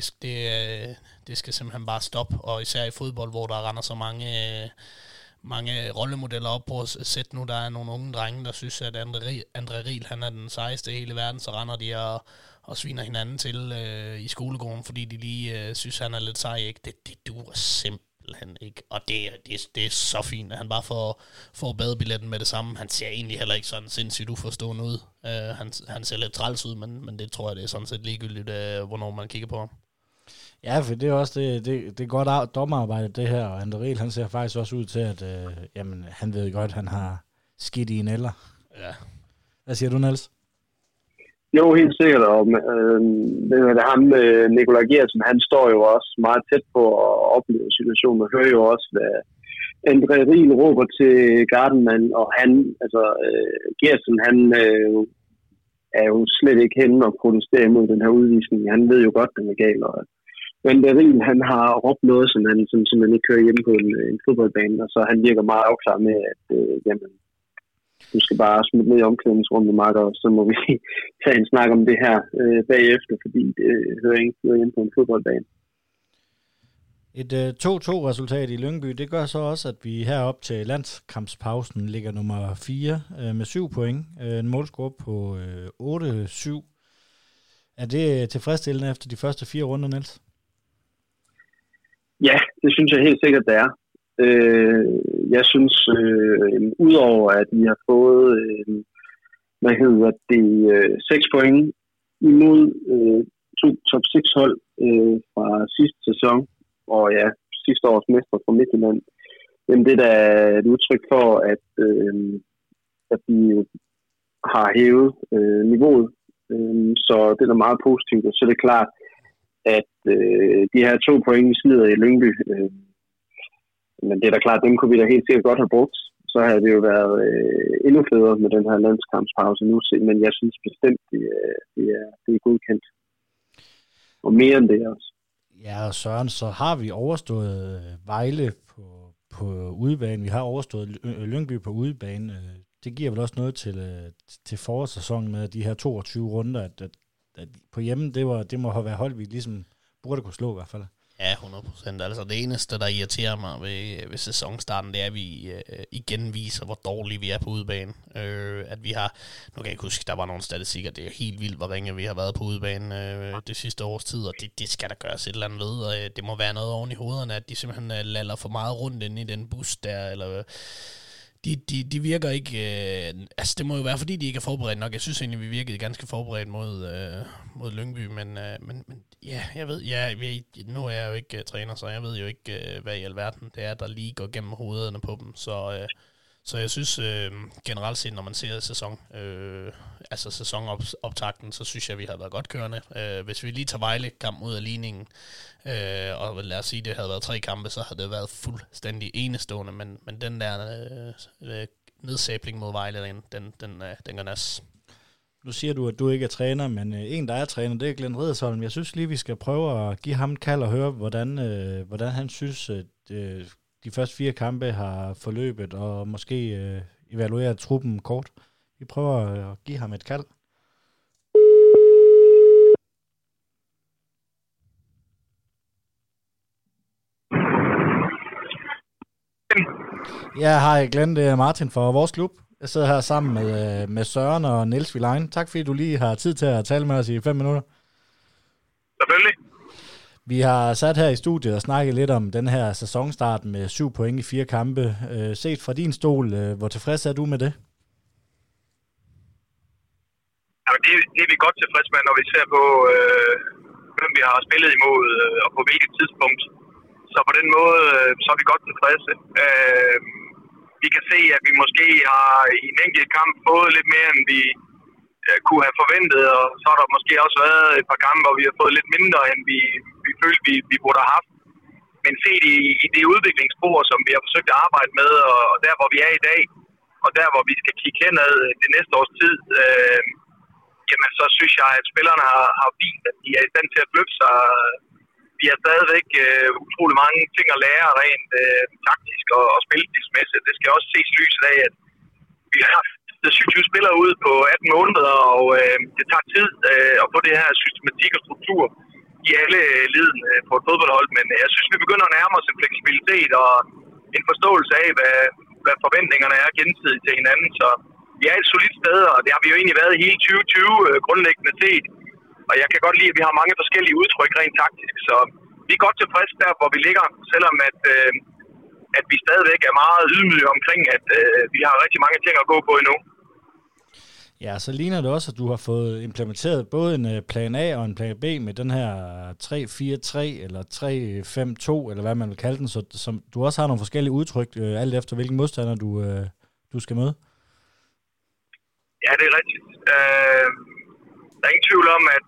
det skal simpelthen bare stoppe, og især i fodbold, hvor der render så mange rollemodeller op på at sætte nu. Der er nogle unge drenge, der synes, at André Riel, han er den sejeste i hele verden, så render de og sviner hinanden til i skolegården, fordi de lige synes, han er lidt sej. Ikke? Det duer simpelthen ikke. Og det er så fint, at han bare får badebilletten med det samme. Han ser egentlig heller ikke sådan sindssygt uforstående ud. Han ser lidt træls ud, men det tror jeg, det er sådan set ligegyldigt, hvornår man kigger på ham. Ja, for det er også det er godt dommerarbejde, det her, og André Riel, han ser faktisk også ud til, at han ved godt, at han har skidt i en eller. Ja. Hvad siger du, Niels? Jo, helt sikkert. Og ham, Nicolai Gertsen, han står jo også meget tæt på at opleve situationen, og hører jo også, hvad André Riel råber til Gardenman, og han, Gertsen, han er jo slet ikke henne og protesterer imod den her udvisning. Han ved jo godt, den er gal, og André Riel, han har råbt noget, som han simpelthen ikke kører hjemme på en fodboldbane, og så han virker meget afklaret med, at du skal bare smutte ned i omklædningsrummet, Marker, og så må vi tage en snak om det her bagefter, fordi det hører ikke hjemme på en fodboldbane. Et 2-2-resultat i Lyngby, det gør så også, at vi herop til landskampspausen ligger nummer 4 med 7 point. En målscore på 8-7. Er det tilfredsstillende efter de første 4 runder, Niels? Ja, det synes jeg helt sikkert, det er. Jeg synes, udover at vi har fået 6 point imod 2 top 6 hold fra sidste sæson, og ja, sidste års mester fra Midtjylland, jamen det er da et udtryk for, at vi har hævet niveauet, så det er da meget positivt, og så er det klart, at de her 2 point, vi smider i Lyngby, men det er da klart, dem kunne vi da helt sikkert godt have brugt. Så havde det jo været endnu federe med den her landskampspause nu, men jeg synes bestemt, det er godkendt. Og mere end det også. Ja, og Søren, så har vi overstået Vejle på udebane. Vi har overstået Lyngby på udebane. Det giver vel også noget til forårssæsonen med de her 22 runder, at på hjemme, det må have været hold, vi ligesom burde kunne slå i hvert fald. Ja, 100%. Altså det eneste, der irriterer mig ved sæsonstarten, det er, at vi igen viser, hvor dårlige vi er på udebane. At vi har, nu kan jeg ikke huske, der var nogle statistikker, det er helt vildt, hvor ringe vi har været på udebane det sidste års tid, og det skal der gøres et eller andet ved, og det må være noget oven i hovederne, at de simpelthen laller for meget rundt inde i den bus der, eller de virker ikke, det må jo være, fordi de ikke er forberedt nok. Jeg synes egentlig, vi virkede ganske forberedt mod Lyngby, men ja, jeg ved, nu er jeg jo ikke træner, så jeg ved jo ikke, hvad i alverden det er, der lige går gennem hovederne på dem, så jeg synes generelt set, når man ser sæsonoptakten, så synes jeg, vi har været godt kørende. Hvis vi lige tager Vejle-kamp ud af ligningen, og lad os sige, det havde været 3 kampe, så havde det været fuldstændig enestående, men den der nedsabling mod Vejle, den går nas. Nu siger du, at du ikke er træner, men en, der er træner, det er Glenn Riddersholm. Jeg synes lige, vi skal prøve at give ham et kald og høre, hvordan han synes, at de første 4 kampe har forløbet, og måske evaluere truppen kort. Vi prøver at give ham et kald. Ja, hej Glenn, det er Martin fra vores klub. Jeg sidder her sammen med Søren og Niels Vilein. Tak fordi du lige har tid til at tale med os i 5 minutter. Selvfølgelig. Vi har sat her i studiet og snakket lidt om den her sæsonstart med 7 point i 4 kampe. Set fra din stol, hvor tilfreds er du med det? Ja, det er vi godt tilfreds med, når vi ser på, hvem vi har spillet imod, og på hvilket tidspunkt. Så på den måde, så er vi godt tilfredse. Vi kan se, at vi måske har i en enkelt kamp fået lidt mere, end vi kunne have forventet, og så har der måske også været et par kampe, hvor vi har fået lidt mindre, end vi følte, vi burde have haft. Men set i det udviklingsspor, som vi har forsøgt at arbejde med, og der, hvor vi er i dag, og der, hvor vi skal kigge henad det næste års tid, jamen så synes jeg, at spillerne har vist, at de er i stand til at flytte sig. Vi har stadigvæk utrolig mange ting at lære rent taktisk og spiltidsmæssigt. Det skal også ses lyset af, at vi har 27 spillere ud på 18 måneder, og det tager tid at få det her systematik og struktur i alle leden på et fodboldhold, men jeg synes, vi begynder at nærme os en fleksibilitet og en forståelse af, hvad forventningerne er gensidigt til hinanden. Så vi er et solidt sted, og det har vi jo egentlig været i hele 2020 grundlæggende set. Og jeg kan godt lide, at vi har mange forskellige udtryk rent taktisk, så vi er godt tilfredse der, hvor vi ligger, selvom at vi stadigvæk er meget ydmyge omkring, at vi har rigtig mange ting at gå på endnu. Ja, så ligner det også, at du har fået implementeret både en plan A og en plan B med den her 3-4-3 eller 3-5-2, eller hvad man vil kalde den, så som du også har nogle forskellige udtryk, alt efter hvilken modstander du skal møde. Ja, det er rigtigt. Der er ingen tvivl om, at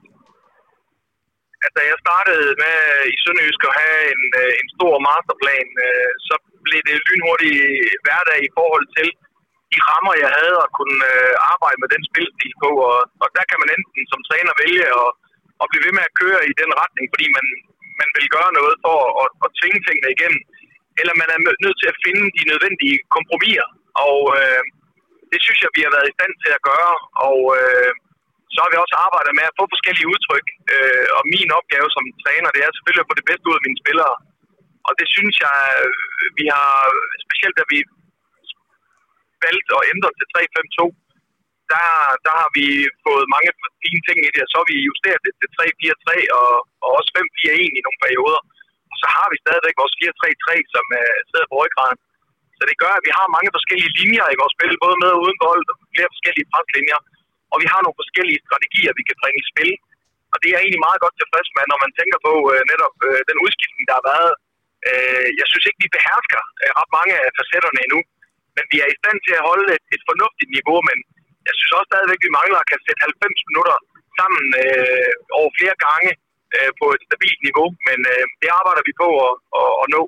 da jeg startede med i Sønderjysk at have en stor masterplan, så blev det lynhurtigt hverdag i forhold til de rammer, jeg havde at kunne arbejde med den spilstil på. Og der kan man enten som træner vælge at blive ved med at køre i den retning, fordi man vil gøre noget for at tvinge tingene igennem. Eller man er nødt til at finde de nødvendige kompromiser. Og det synes jeg, vi har været i stand til at gøre. Og så har vi også arbejdet med at få forskellige udtryk. Og min opgave som træner, det er selvfølgelig at få det bedste ud af mine spillere. Og det synes jeg, vi har, specielt da vi valgt at ændre til 3-5-2, der har vi fået mange fine ting i det, og så har vi justeret det til 3-4-3 og også 5-4-1 i nogle perioder. Og så har vi stadigvæk vores 4-3-3, som sidder på ryggraden. Så det gør, at vi har mange forskellige linjer i vores spil, både med og uden bold, og flere forskellige preslinjer. Og vi har nogle forskellige strategier, vi kan bringe i spil. Og det er jeg egentlig meget godt tilfreds med, når man tænker på netop den udskiftning, der har været. Jeg synes ikke, vi behersker ret mange af facetterne endnu. Men vi er i stand til at holde et fornuftigt niveau, men jeg synes også stadigvæk, at vi mangler at kan sætte 90 minutter sammen over flere gange på et stabilt niveau. Men det arbejder vi på at nå.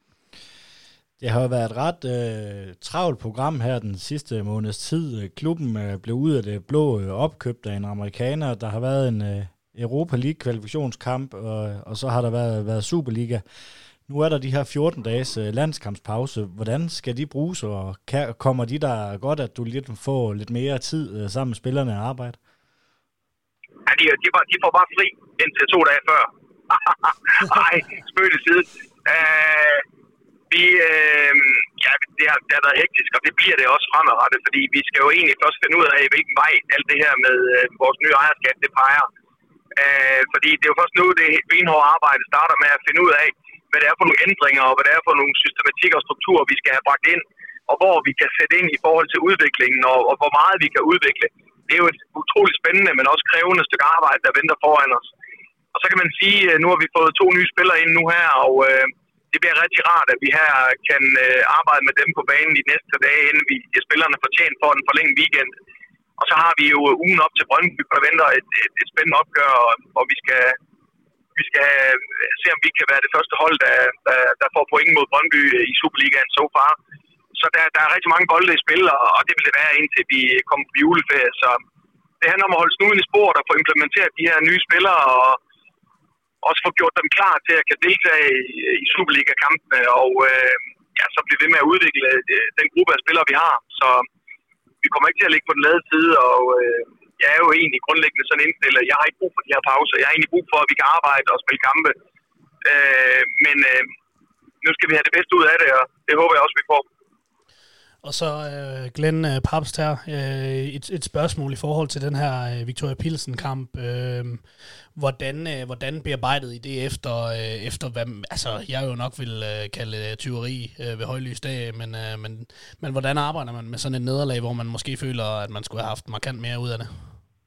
Det har jo været et ret travlt program her den sidste måneds tid. Klubben blev ud af det blå opkøbt af en amerikaner. Der har været en Europa League kvalifikationskamp, og så har der været Superliga. Nu er der de her 14 dages landskampspause. Hvordan skal de bruges, og kommer de der godt, at du lidt får lidt mere tid sammen med spillerne at arbejde? Ja, de får bare fri indtil 2 dage før. Nej, spøg til side. Det har været hektisk, og det bliver det også fremadrettet, fordi vi skal jo egentlig først finde ud af, hvilken vej alt det her med vores nye ejerskab, det peger. Fordi det er jo først nu, det benhårde arbejde starter med at finde ud af, hvad det er for nogle ændringer, og hvad det er for nogle systematikker og strukturer, vi skal have bragt ind, og hvor vi kan sætte ind i forhold til udviklingen, og hvor meget vi kan udvikle. Det er jo et utroligt spændende, men også krævende stykke arbejde, der venter foran os. Og så kan man sige, at nu har vi fået 2 nye spillere ind nu her, og det bliver rigtig rart, at vi her kan arbejde med dem på banen de næste dage, inden spillerne fortjent for en forlænget weekend. Og så har vi jo ugen op til Brøndby, der venter et spændende opgør, og vi skal se, om vi kan være det første hold, der får point mod Brøndby i Superligaen so far. Så der er rigtig mange bolde i spil, og det vil det være, indtil vi kommer på juleferie. Så det handler om at holde snuden i sporet og få implementeret de her nye spillere, og også få gjort dem klar til at kan deltage i Superliga-kampene, og så blive ved med at udvikle den gruppe af spillere, vi har. Så vi kommer ikke til at ligge på den lade side, og jeg er jo egentlig grundlæggende sådan indstillet. Jeg har ikke brug for de her pauser. Jeg har egentlig brug for, at vi kan arbejde og spille kampe. Men nu skal vi have det bedste ud af det, og det håber jeg også, vi får. Og så Glenn Papst her, et spørgsmål i forhold til den her Victoria Pilsen-kamp. Hvordan bearbejdede I det efter hvad, altså jeg jo nok vil kalde tyveri ved højlys dag, men hvordan arbejder man med sådan et nederlag, hvor man måske føler, at man skulle have haft markant mere ud af det?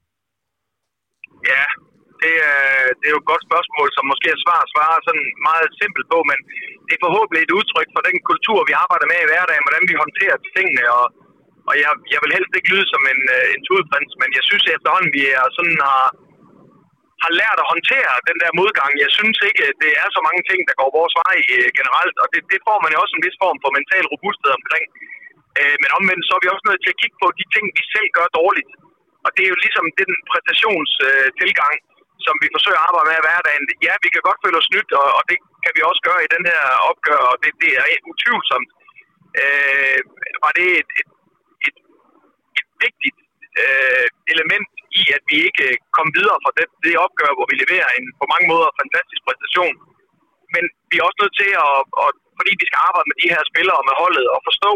Ja, det er jo et godt spørgsmål, som måske er svaret sådan meget simpelt på, men det er forhåbentlig et udtryk for den kultur, vi arbejder med i hverdagen, hvordan vi håndterer tingene, og jeg vil helst ikke lyde som en tudprins, men jeg synes efterhånden, vi har lært at håndtere den der modgang. Jeg synes ikke, at det er så mange ting, der går vores vej generelt, og det får man jo også en vis form for mental robusthed omkring. Men omvendt, så er vi også nødt til at kigge på de ting, vi selv gør dårligt. Og det er jo ligesom den præstationstilgang, som vi forsøger at arbejde med i hverdagen. Ja, vi kan godt føle os snydt, og det kan vi også gøre i den her opgør, og det er utvivlsomt. Var det et vigtigt element i, at vi ikke kom videre fra det opgør, hvor vi leverer en på mange måder fantastisk præstation. Men vi er også nødt til at fordi vi skal arbejde med de her spillere og med holdet, og forstå,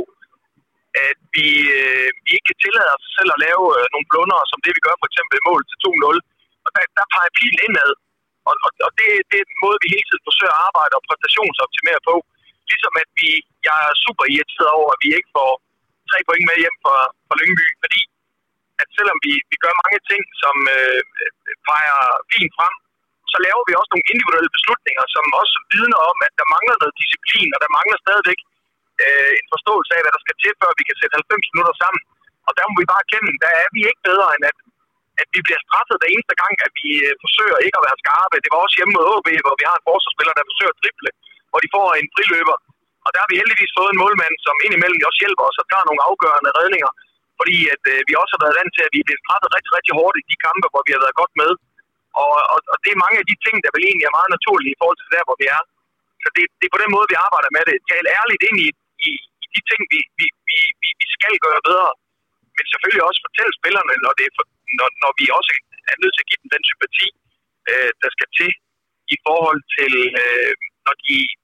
at vi ikke kan tillade os selv at lave nogle blundere, som det vi gør for eksempel i mål til 2-0. Og der peger pilen indad. Og det er en måde, vi hele tiden forsøger at arbejde og præstationsoptimere på. Ligesom at jeg er super irriteret over, at vi ikke får 3 point med hjem fra Lyngby, fordi at selvom vi gør mange ting, som peger fint frem, så laver vi også nogle individuelle beslutninger, som også vidner om, at der mangler noget disciplin, og der mangler stadigvæk en forståelse af, hvad der skal til, før vi kan sætte 90 minutter sammen. Og der må vi bare erkende, der er vi ikke bedre, end at vi bliver straffet hver eneste gang, at vi forsøger ikke at være skarpe. Det var også hjemme mod AB, hvor vi har en forsvarsspiller, der forsøger at drible, hvor de får en friløber. Og der har vi heldigvis fået en målmand, som indimellem også hjælper os og tager nogle afgørende redninger, fordi at vi også har været vant til, at vi er blevet straffet rigtig, rigtig hårdt i de kampe, hvor vi har været godt med. Og det er mange af de ting, der vel egentlig er meget naturlige i forhold til der, hvor vi er. Så det er på den måde, vi arbejder med det. Tal ærligt ind i de ting, vi skal gøre bedre. Men selvfølgelig også fortælle spillerne, når vi også er nødt til at give dem den sympati, der skal til i forhold til, når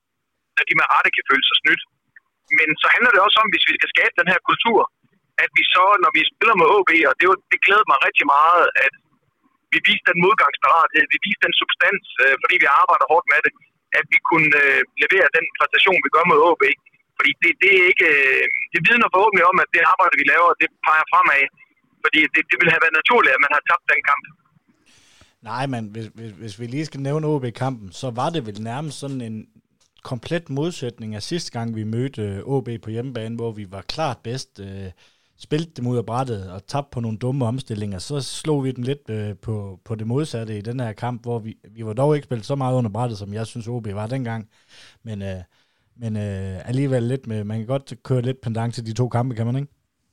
de med rette kan føle sig snydt. Men så handler det også om, hvis vi skal skabe den her kultur, at vi så, når vi spiller med AB, og det glæder mig rigtig meget, at vi viste den modgangsparathed, vi viste den substans, fordi vi arbejder hårdt med det, at vi kunne levere den præstation, vi gør med AB. Fordi det er ikke, det vidner forhåbentlig om, at det arbejde, vi laver, det peger fremad. Fordi det ville have været naturligt, at man har tabt den kamp. Nej, men hvis vi lige skal nævne AB-kampen, så var det vel nærmest sådan en komplet modsætning af sidste gang, vi mødte AB på hjemmebane, hvor vi var klart bedst, spilte dem ud af brættet og tabte på nogle dumme omstillinger. Så slog vi dem lidt på det modsatte i den her kamp, hvor vi var dog ikke spillet så meget under brættet, som jeg synes AB var dengang. Men alligevel lidt med, man kan godt køre lidt pendant til de 2 kampe, kan man ikke?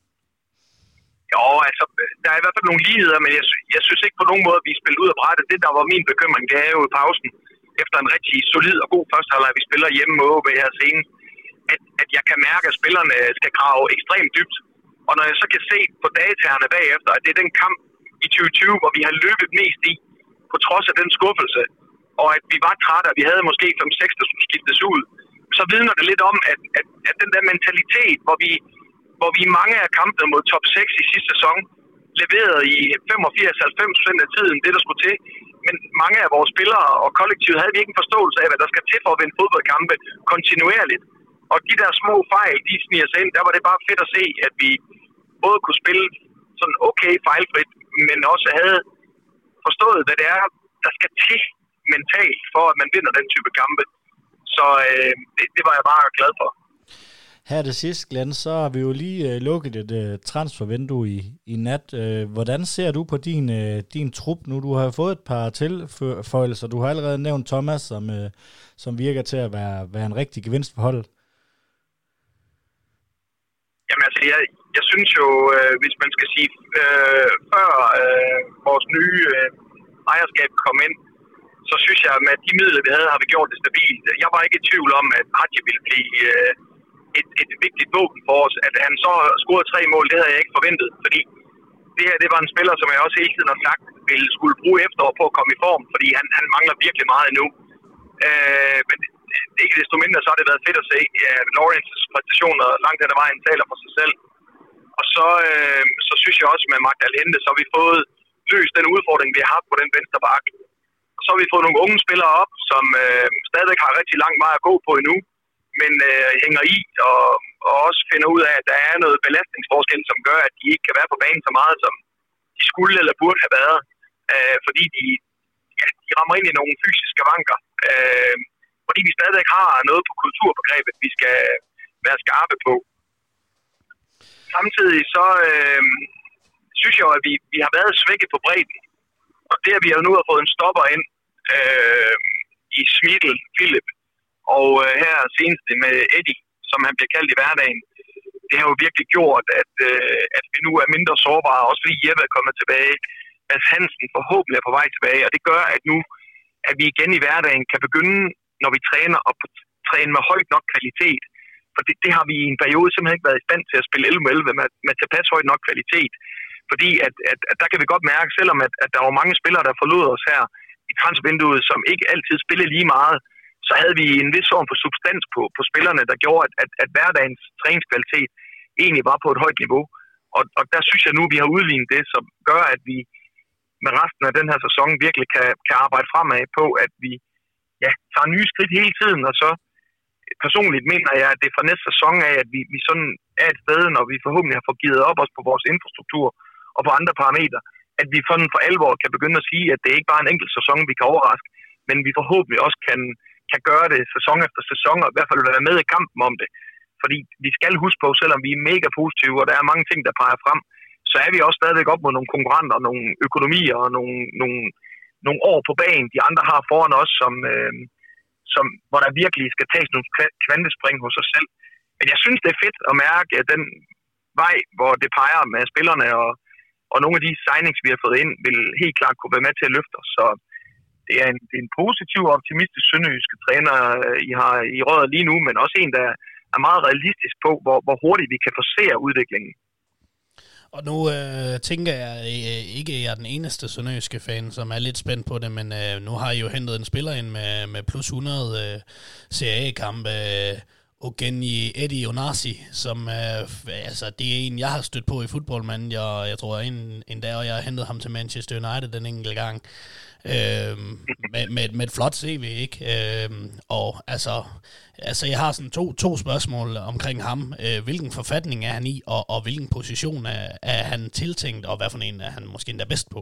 Jo, altså, der er i hvert fald nogle ligheder, men jeg synes ikke på nogen måde, at vi spiller ud af brættet. Det, der var min bekymring, det er jo i pausen, efter en rigtig solid og god første halvleg, vi spiller hjemme med AB her senest, at jeg kan mærke, at spillerne skal grave ekstremt dybt. Og når jeg så kan se på dataerne bagefter, at det er den kamp i 2020, hvor vi har løbet mest i, på trods af den skuffelse, og at vi var trætte, og vi havde måske 5-6, der skulle skiftes ud, så vidner det lidt om, at den der mentalitet, hvor vi i mange af kampene mod top 6 i sidste sæson, leverede i 85-90% af tiden det, der skulle til. Men mange af vores spillere og kollektivet havde vi ikke en forståelse af, hvad der skal til for at vinde fodboldkampe kontinuerligt. Og de der små fejl, de sniger sig ind, der var det bare fedt at se, at vi både kunne spille sådan okay fejlfrit, men også havde forstået, hvad det er, der skal til mentalt, for at man vinder den type kampe. Så det var jeg bare glad for. Her til sidst, Glenn, så har vi jo lige lukket et transfervindue i nat. Hvordan ser du på din trup nu? Du har fået et par tilføjelser. Du har allerede nævnt Thomas, som virker til at være en rigtig gevinst for holdet. Jamen altså, jeg synes jo, hvis man skal sige, før vores nye ejerskab kom ind, så synes jeg, at med de midler, vi havde, har vi gjort det stabilt. Jeg var ikke i tvivl om, at Hadji ville blive et vigtigt våben for os. At han så scorede 3 mål, det havde jeg ikke forventet, fordi det var en spiller, som jeg også hele tiden har sagt, ville skulle bruge efterår på at komme i form, fordi han mangler virkelig meget endnu. Men ikke desto mindre, så har det været fedt at se. Lawrences præstationer langt hen ad vejen taler for sig selv. Og så synes jeg også, med Magdal Hente, så har vi fået løst den udfordring, vi har haft på den venstre bakke. Og så har vi fået nogle unge spillere op, som stadigvæk har rigtig lang vej at gå på endnu, men hænger i og også finder ud af, at der er noget belastningsforskel, som gør, at de ikke kan være på banen så meget, som de skulle eller burde have været, fordi de rammer ind i nogle fysiske vanker. Fordi vi stadigvæk har noget på kulturbegrebet, vi skal være skarpe på. Samtidig så synes jeg, at vi har været svækket på bredden. Og det, at vi nu har fået en stopper ind i Schmidl, Philip, og her senest med Eddie, som han bliver kaldt i hverdagen, det har jo virkelig gjort, at vi nu er mindre sårbare, også fordi Jeppe er kommet tilbage. Mads Hansen forhåbentlig er på vej tilbage, og det gør, at nu at vi igen i hverdagen kan begynde, når vi træner, og træne med højt nok kvalitet. For det har vi i en periode simpelthen ikke været i stand til at spille 11-11 med tilpas højt nok kvalitet. Fordi at der kan vi godt mærke, selvom at der var mange spillere, der forlod os her i transfervinduet, som ikke altid spillede lige meget, så havde vi en vis form for substans på spillerne, der gjorde, at hverdagens træningskvalitet egentlig var på et højt niveau. Og der synes jeg nu, vi har udlignet det, som gør, at vi med resten af den her sæson virkelig kan arbejde fremad på, at vi tager nye skridt hele tiden, og så personligt mener jeg, at det fra næste sæson af, at vi sådan er et sted, når vi forhåbentlig har fået givet op os på vores infrastruktur og på andre parametre, at vi sådan for alvor kan begynde at sige, at det ikke bare er en enkelt sæson, vi kan overraske, men vi forhåbentlig også kan gøre det sæson efter sæson, og i hvert fald være med i kampen om det. Fordi vi skal huske på, selvom vi er mega positive, og der er mange ting, der peger frem, så er vi også stadigvæk op mod nogle konkurrenter, nogle økonomier og nogle år på banen, de andre har foran os, som hvor der virkelig skal tages nogle kvantespring hos os selv. Men jeg synes, det er fedt at mærke, at den vej, hvor det peger med spillerne og nogle af de signings, vi har fået ind, vil helt klart kunne være med til at løfte os. Så det er en positiv og optimistisk sønderjyske træner, I har i røret lige nu, men også en, der er meget realistisk på, hvor hurtigt vi kan forsere udviklingen. Og nu tænker jeg ikke, at jeg er den eneste sønderjyske fan, som er lidt spændt på det, men nu har I jo hentet en spiller ind med plus 100 CAA-kampe, Ogeni Eddie Onasi, som altså det er en, jeg har stødt på i fodboldmanden. Jeg tror en dag, og jeg har hentet ham til Manchester United den enkelte gang. Med et flot CV, ikke? Og altså jeg har sådan to spørgsmål omkring ham. Hvilken forfatning er han i, og hvilken position er han tiltænkt, og hvad for en er han måske endda bedst på?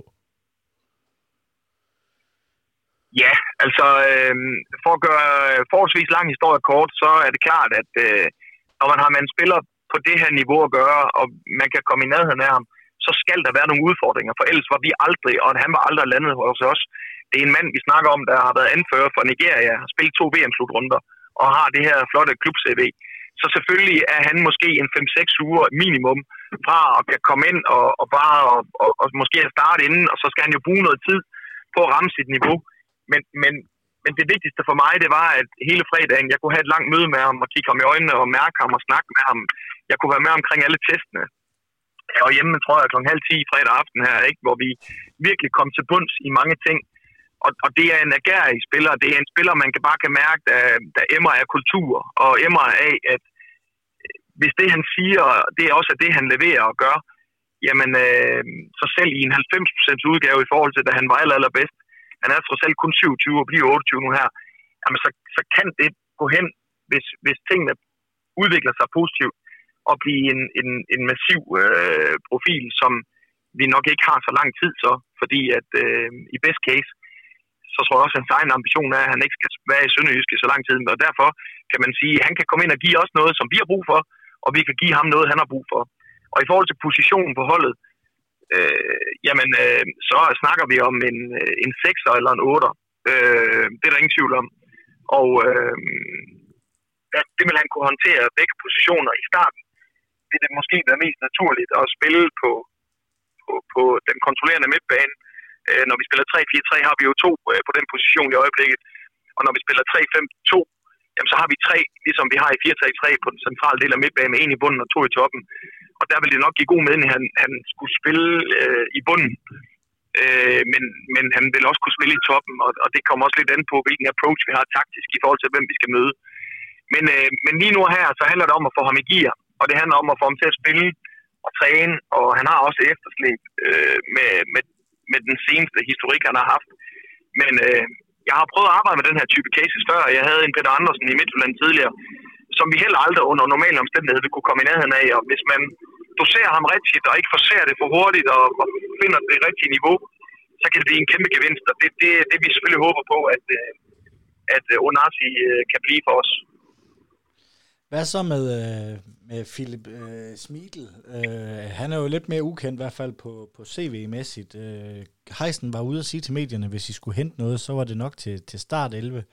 Ja, altså for at gøre forholdsvis lang historie kort, så er det klart, at når man har med en spiller på det her niveau at gøre, og man kan komme i nærheden af ham, så skal der være nogle udfordringer, for ellers var vi aldrig, og han var aldrig landet hos os. Det er en mand, vi snakker om, der har været anfører for Nigeria, har spillet 2 VM-slutrunder, og har det her flotte klub-CV. Så selvfølgelig er han måske en 5-6 uger minimum fra at kan komme ind og bare og måske starte inden, og så skal han jo bruge noget tid på at ramme sit niveau. Men det vigtigste for mig, det var, at hele fredagen, jeg kunne have et langt møde med ham, og kigge ham i øjnene og mærke ham og snakke med ham. Jeg kunne være med omkring alle testene. Jeg var hjemme, tror jeg, 9:30 fredag aften her, ikke? Hvor vi virkelig kom til bunds i mange ting. Og det er en agerig spiller. Det er en spiller, man bare kan mærke, der emmer af kultur, og emmer af, at hvis det, han siger, det er også det, han leverer og gør, jamen, så selv i en 90% udgave i forhold til, da han var allerbedst, han er trods alt kun 27 og bliver 28 nu her, jamen, så kan det gå hen, hvis tingene udvikler sig positivt, og blive en massiv profil, som vi nok ikke har så lang tid så, fordi at i best case, så tror jeg også, at hans egen ambition er, at han ikke skal være i Sønderjyske så lang tid, og derfor kan man sige, at han kan komme ind og give os noget, som vi har brug for, og vi kan give ham noget, han har brug for. Og i forhold til positionen på holdet, så snakker vi om en 6'er eller en 8'er. Det er der ingen tvivl om. Og det vil han kunne håndtere begge positioner i starten. Det vil måske være mest naturligt at spille på den kontrollerende midtbane. Når vi spiller 3-4-3, har vi jo 2 på den position i øjeblikket. Og når vi spiller 3-5-2, jamen, så har vi 3, ligesom vi har i 4-3-3 på den centrale del af midtbanen, med 1 i bunden og 2 i toppen. Og der vil det nok give god mening, at han skulle spille i bunden. Men han vil også kunne spille i toppen, og det kommer også lidt an på, hvilken approach vi har taktisk i forhold til, hvem vi skal møde. Men lige nu her, så handler det om at få ham i gear, og det handler om at få ham til at spille og træne, og han har også efterslæb med den seneste historik, han har haft. Men jeg har prøvet at arbejde med den her type cases før. Jeg havde en Peter Andersen i Midtjylland tidligere, som vi heller aldrig under normale omstændigheder kunne komme i nærheden af. Og hvis man doserer ham rigtigt, og ikke forser det for hurtigt, og finder det rigtige niveau, så kan det blive en kæmpe gevinst. Og det vi selvfølgelig håber på, at Onasi kan blive for os. Hvad så med Philip Schmidl? Han er jo lidt mere ukendt, i hvert fald på CV-mæssigt. Heisen var ude at sige til medierne, hvis I skulle hente noget, så var det nok til start 11.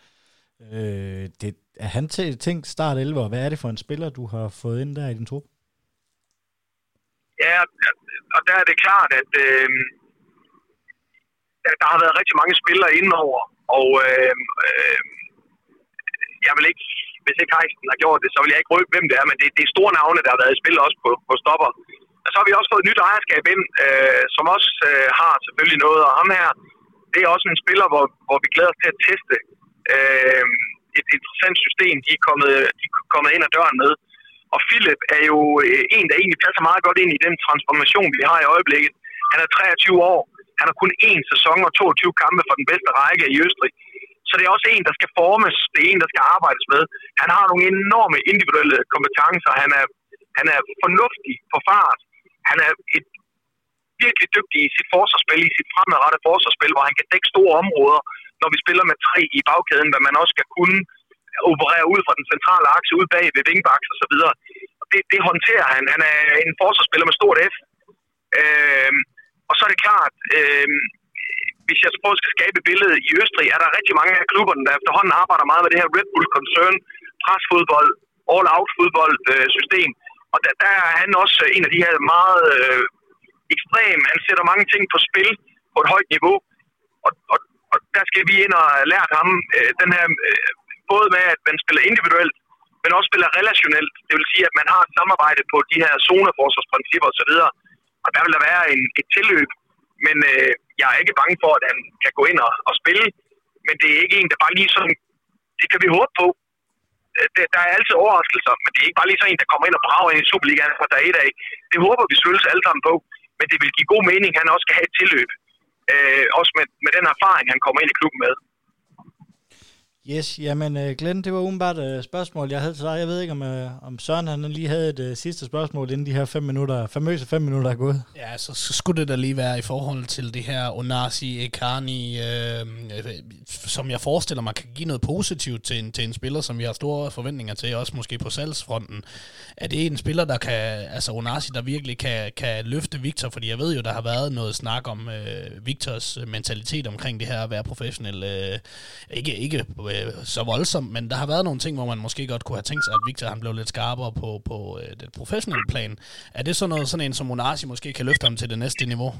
Er han tænkt start 11, og hvad er det for en spiller, du har fået ind der i din trup? Ja, og der er det klart, at der har været rigtig mange spillere indenover, og jeg vil ikke, hvis ikke Heisen har gjort det, så vil jeg ikke røbe, hvem det er, men det er store navne, der har været i spil også på stopper. så har vi også fået et nyt ejerskab ind, som også har selvfølgelig noget. Og ham her, det er også en spiller, hvor vi glæder os til at teste et interessant system, de er kommet ind ad døren med. Og Philip er jo en, der egentlig passer meget godt ind i den transformation, vi har i øjeblikket. Han er 23 år. Han har kun 1 sæson og 22 kampe for den bedste række i Østrig. Så det er også en, der skal formes. Det er en, der skal arbejdes med. Han har nogle enorme individuelle kompetencer. Han er fornuftig på fart. Han er virkelig dygtig i sit forsvarsspil, i sit fremadrettede forsvarsspil, hvor han kan dække store områder, når vi spiller med 3 i bagkæden, hvad man også skal kunne operere ud fra den centrale akse, ud bag ved wingbacks og så videre. Det håndterer han. Han er en forsvarsspiller med stort F. Og så er det klart, hvis jeg prøver at skabe et billede i Østrig, er der rigtig mange af klubberne, der efterhånden arbejder meget med det her Red Bull Concern, presfodbold, all-out fodbold system. Og der er han også en af de her meget ekstreme. Han sætter mange ting på spil på et højt niveau. Og der skal vi ind og lære ham den her, både med at man spiller individuelt, men også spiller relationelt. Det vil sige, at man har et samarbejde på de her zoneforsvarsprincipper osv. Og der vil der være et tilløb. Men jeg er ikke bange for, at han kan gå ind og spille. Men det er ikke en, der bare lige sådan... Det kan vi håbe på. Der er altid overraskelser, men det er ikke bare lige sådan en, der kommer ind og brager ind i Superligaen fra dag 1 af. Det håber vi selvfølgelig alle sammen på. Men det vil give god mening, at han også skal have et tilløb. Også med den erfaring, han kommer ind i klubben med. Yes, jamen Glenn, det var umiddelbart et spørgsmål, jeg havde til dig. Jeg ved ikke, om Søren han lige havde et sidste spørgsmål, inden de her 5 minutter er gået. Ja, så skulle det da lige være i forhold til det her Onasi Ekani, som jeg forestiller mig kan give noget positivt til en spiller, som vi har store forventninger til, også måske på salgsfronten. Er det en spiller, der kan, altså Onasi, der virkelig kan løfte Victor? Fordi jeg ved jo, der har været noget snak om Victors mentalitet omkring det her at være professionel. Ikke så voldsomt, men der har været nogle ting, hvor man måske godt kunne have tænkt sig, at Victor han blev lidt skarpere på det professionelle plan. Er det sådan en som Onasi måske kan løfte ham til det næste niveau?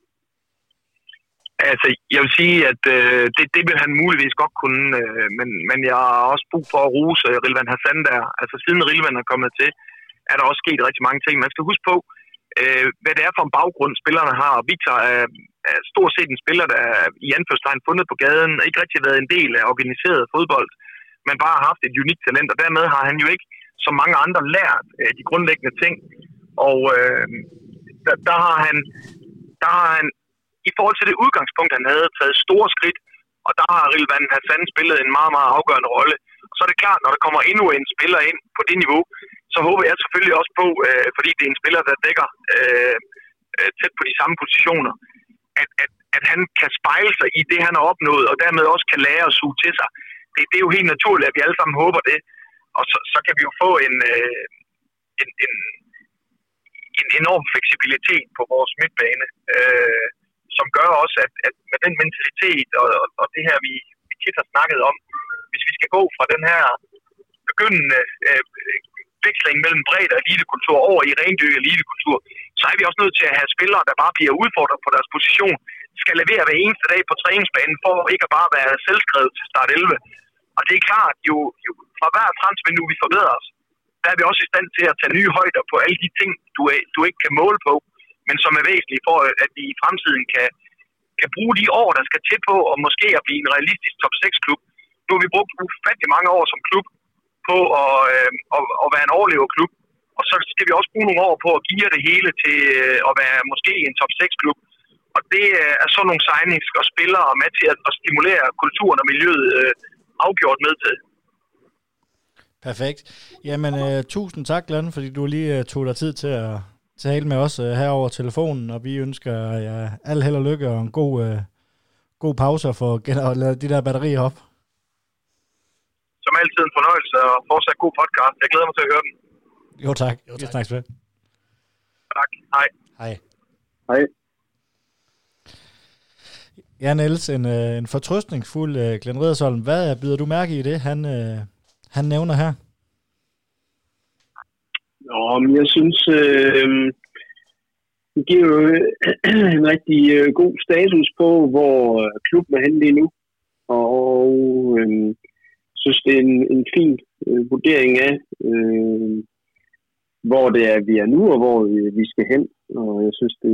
Altså, jeg vil sige, at det vil han muligvis godt kunne, men jeg har også brug for at rose Rilvan Hassan der. Altså, siden Rilvan er kommet til, er der også sket rigtig mange ting. Man skal huske på, hvad det er for en baggrund, spillerne har. Victor er stort set en spiller, der i anførselstegn fundet på gaden, ikke rigtig været en del af organiseret fodbold, men bare har haft et unikt talent, og dermed har han jo ikke, som mange andre, lært de grundlæggende ting. Og der har han i forhold til det udgangspunkt, han havde taget store skridt, og der har Rilvan Hassan spillet en meget, meget afgørende rolle. Og så er det klart, når der kommer endnu en spiller ind på det niveau, så håber jeg selvfølgelig også på, fordi det er en spiller, der dækker tæt på de samme positioner, at han kan spejle sig i det, han har opnået, og dermed også kan lære at suge til sig. Det er jo helt naturligt, at vi alle sammen håber det. Og så kan vi jo få en enorm fleksibilitet på vores midtbane, som gør også, at med den mentalitet og det her, vi tit har snakket om, hvis vi skal gå fra den her begyndende veksling mellem bredde og elitekultur over i rendyrket elitekultur, så er vi også nødt til at have spillere, der bare bliver udfordret på deres position, skal levere hver eneste dag på træningsbanen, for ikke at bare være selvskrevet til start 11. Og det er klart, jo fra hver transfervindue vi forbedrer os, der er vi også i stand til at tage nye højder på alle de ting, du ikke kan måle på, men som er væsentlige for, at vi i fremtiden kan bruge de år, der skal til på, og måske at blive en realistisk top 6-klub. Nu har vi brugt ufattelig mange år som klub på at være en overleverklub, og så skal vi også bruge nogle år på at give det hele til at være måske en top 6-klub. Og det er sådan nogle signings og spillere med til at stimulere kulturen og miljøet afgjort med til. Perfekt. Jamen, tusind tak, Glenn, fordi du lige tog dig tid til at tale med os her over telefonen, og vi ønsker jer al held og lykke og en god pause for at lade de der batterier op. Som altid en fornøjelse og fortsat god podcast. Jeg glæder mig til at høre den. Jo tak. Vi snakkes ved. Tak. Hej. Hej. Hej. Ja, Niels, en fortrøstningsfuld Glenn Riddersholm. Hvad bider du mærke i det, han nævner her? Men jeg synes, det giver jo en rigtig god status på, hvor klubben er henne lige nu. Og synes, det er en fin vurdering af, hvor det er, vi er nu, og hvor vi skal hen. Og jeg synes, det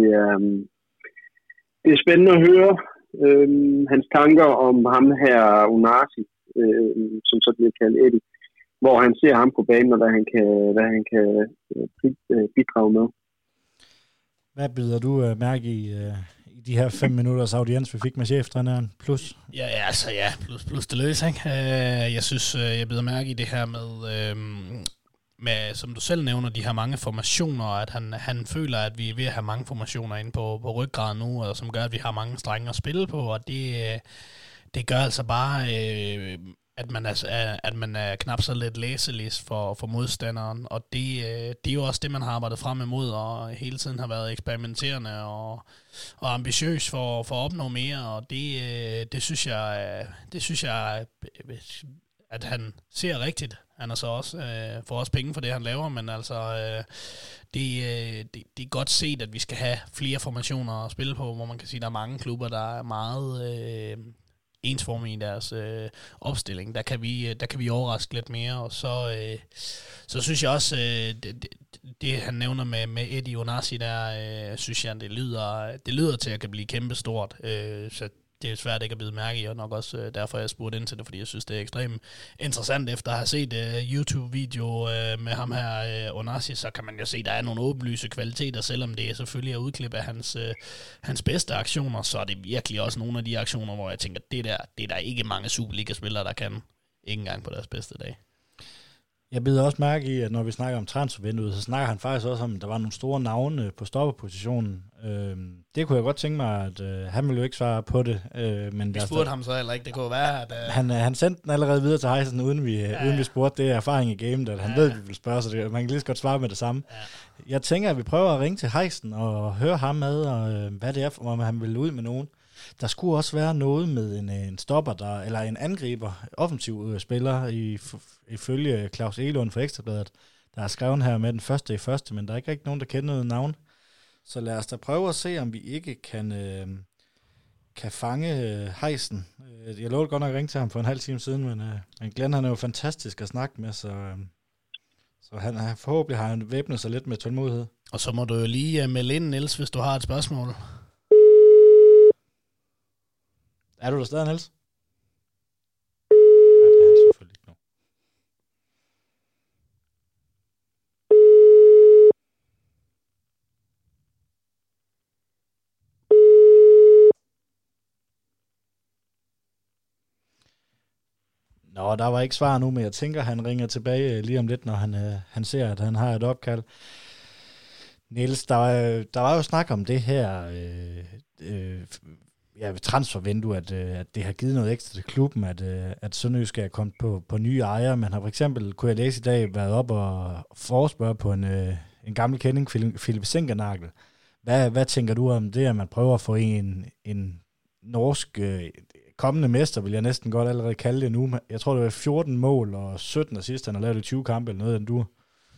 er spændende at høre hans tanker om ham her, Onasi, som så bliver kaldt Eddie, hvor han ser ham på banen, og hvad han kan bidrage med. Hvad byder du mærke i de her 5 minutters audiens, vi fik med cheftræneren? Plus? Plus det løs, ikke? Jeg synes, jeg byder mærke i det her med, som du selv nævner, de her mange formationer, at han føler, at vi er ved at have mange formationer inde på ryggraden nu, og som gør, at vi har mange strenge at spille på, og det gør altså bare, at man er knap så lidt læselis for modstanderen, og det er jo også det, man har arbejdet frem imod, og hele tiden har været eksperimenterende og ambitiøs for at opnå mere, og det synes jeg, at han ser rigtigt. Han er så også får også penge for det, han laver, men altså det er godt set, at vi skal have flere formationer at spille på, hvor man kan sige, at der er mange klubber, der er meget ensformige i deres opstilling. Der kan vi overraske lidt mere, og så synes jeg også, det han nævner med Eddie Onasi der, synes jeg, det lyder til at kan blive kæmpestort, så det er svært ikke at bide mærke i, og nok også derfor jeg spurgte ind til det, fordi jeg synes, det er ekstremt interessant. Efter at have set YouTube-video med ham her, Onasi, så kan man jo se, at der er nogle åbenlyse kvaliteter, selvom det selvfølgelig er udklip af hans bedste aktioner, så er det virkelig også nogle af de aktioner, hvor jeg tænker, det er der ikke mange Superliga-spillere, der kan. Ikke engang på deres bedste dag. Jeg bider også mærke i, at når vi snakker om transfervinduet, så snakker han faktisk også om, at der var nogle store navne på stopperpositionen. Det kunne jeg godt tænke mig, at han ville jo ikke svare på det. Men vi spurgte ham så heller ikke, det kunne være, at han sendte den allerede videre til Heisen, uden vi spurgte. Det er erfaring i gamet, at han ved, at vi vil spørge, så man kan lige så godt svare med det samme. Ja. Jeg tænker, at vi prøver at ringe til Heisen og høre ham med, og hvad det er, om han vil ud med nogen. Der skulle også være noget med en stopper, eller en angriber, offensiv spiller, ifølge Claus Egelund fra Ekstrabladet, der er skrevet her med den første, men der er ikke rigtig nogen, der kender noget navn. Så lad os da prøve at se, om vi ikke kan fange Heisen. Jeg lovede godt nok at ringe til ham for en halv time siden, men Glenn, han er jo fantastisk at snakke med, så han forhåbentlig har han væbnet sig lidt med tålmodighed. Og så må du jo lige melde ind, Niels, hvis du har et spørgsmål. Er du der stadig, Niels? Nej, det er han selvfølgelig ikke nu. Nå, der var ikke svar nu, men jeg tænker, han ringer tilbage lige om lidt, når han ser, at han har et opkald. Niels, der var jo snak om det her ved transfervindue, at det har givet noget ekstra til klubben, at Sønderjysk er kommet på nye ejere. Man har for eksempel, kunne jeg læse i dag, været op og forespørge på en gammel kending, Philip Sinkernagel. Hvad tænker du om det, at man prøver at få en norsk kommende mester, vil jeg næsten godt allerede kalde det nu. Jeg tror, det var 14 mål og 17 assist, han har lavet 20 kampe eller noget af den du.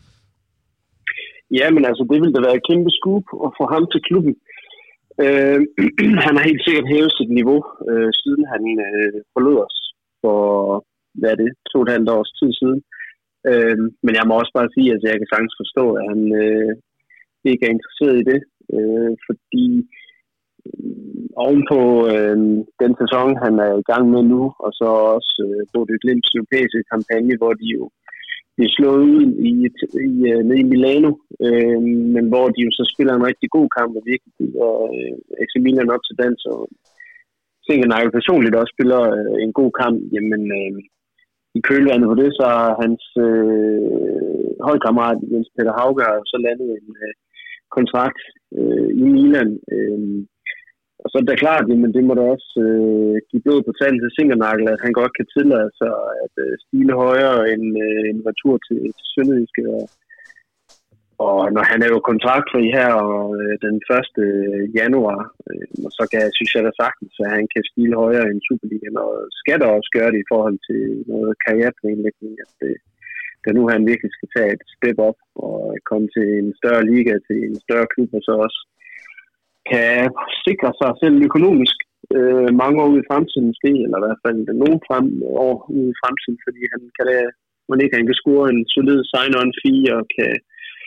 Ja, men altså, det ville da være et kæmpe scoop at få ham til klubben. Han har helt sikkert hævet sit niveau, siden han forlod os for, hvad er det, 2,5 års tid siden. Men jeg må også bare sige, at jeg kan sagtens forstå, at han ikke er interesseret i det, fordi ovenpå den sæson, han er i gang med nu, og så også på det Glimts europæiske kampagne, hvor de jo bliver slået ud nede i Milano, men hvor de jo så spiller en rigtig god kamp, og virkelig bygger AC Milan op til dans, og Sinkernagel personligt også spiller en god kamp. Jamen, i kølvandet på det, så har hans holdkammerat Jens Peter Hauge har så landet en kontrakt i Milan. Og så er det klart, men det må da også give blod på tanden til Sinkernagel, at han godt kan tillade sig at stile højere end en retur til Sønderjyske. Og når han er jo kontraktfri her den 1. januar, så synes jeg da sagtens, at han kan stile højere end Superligaen, og skal da også gøre det i forhold til noget karriereplanlægning, at da nu han virkelig skal tage et step op og komme til en større liga, til en større klub, og så også kan sikre sig selv økonomisk mange år ude i fremtiden måske, eller i hvert fald nogle år ude i fremtiden, fordi han kan score en solid sign-on fee og kan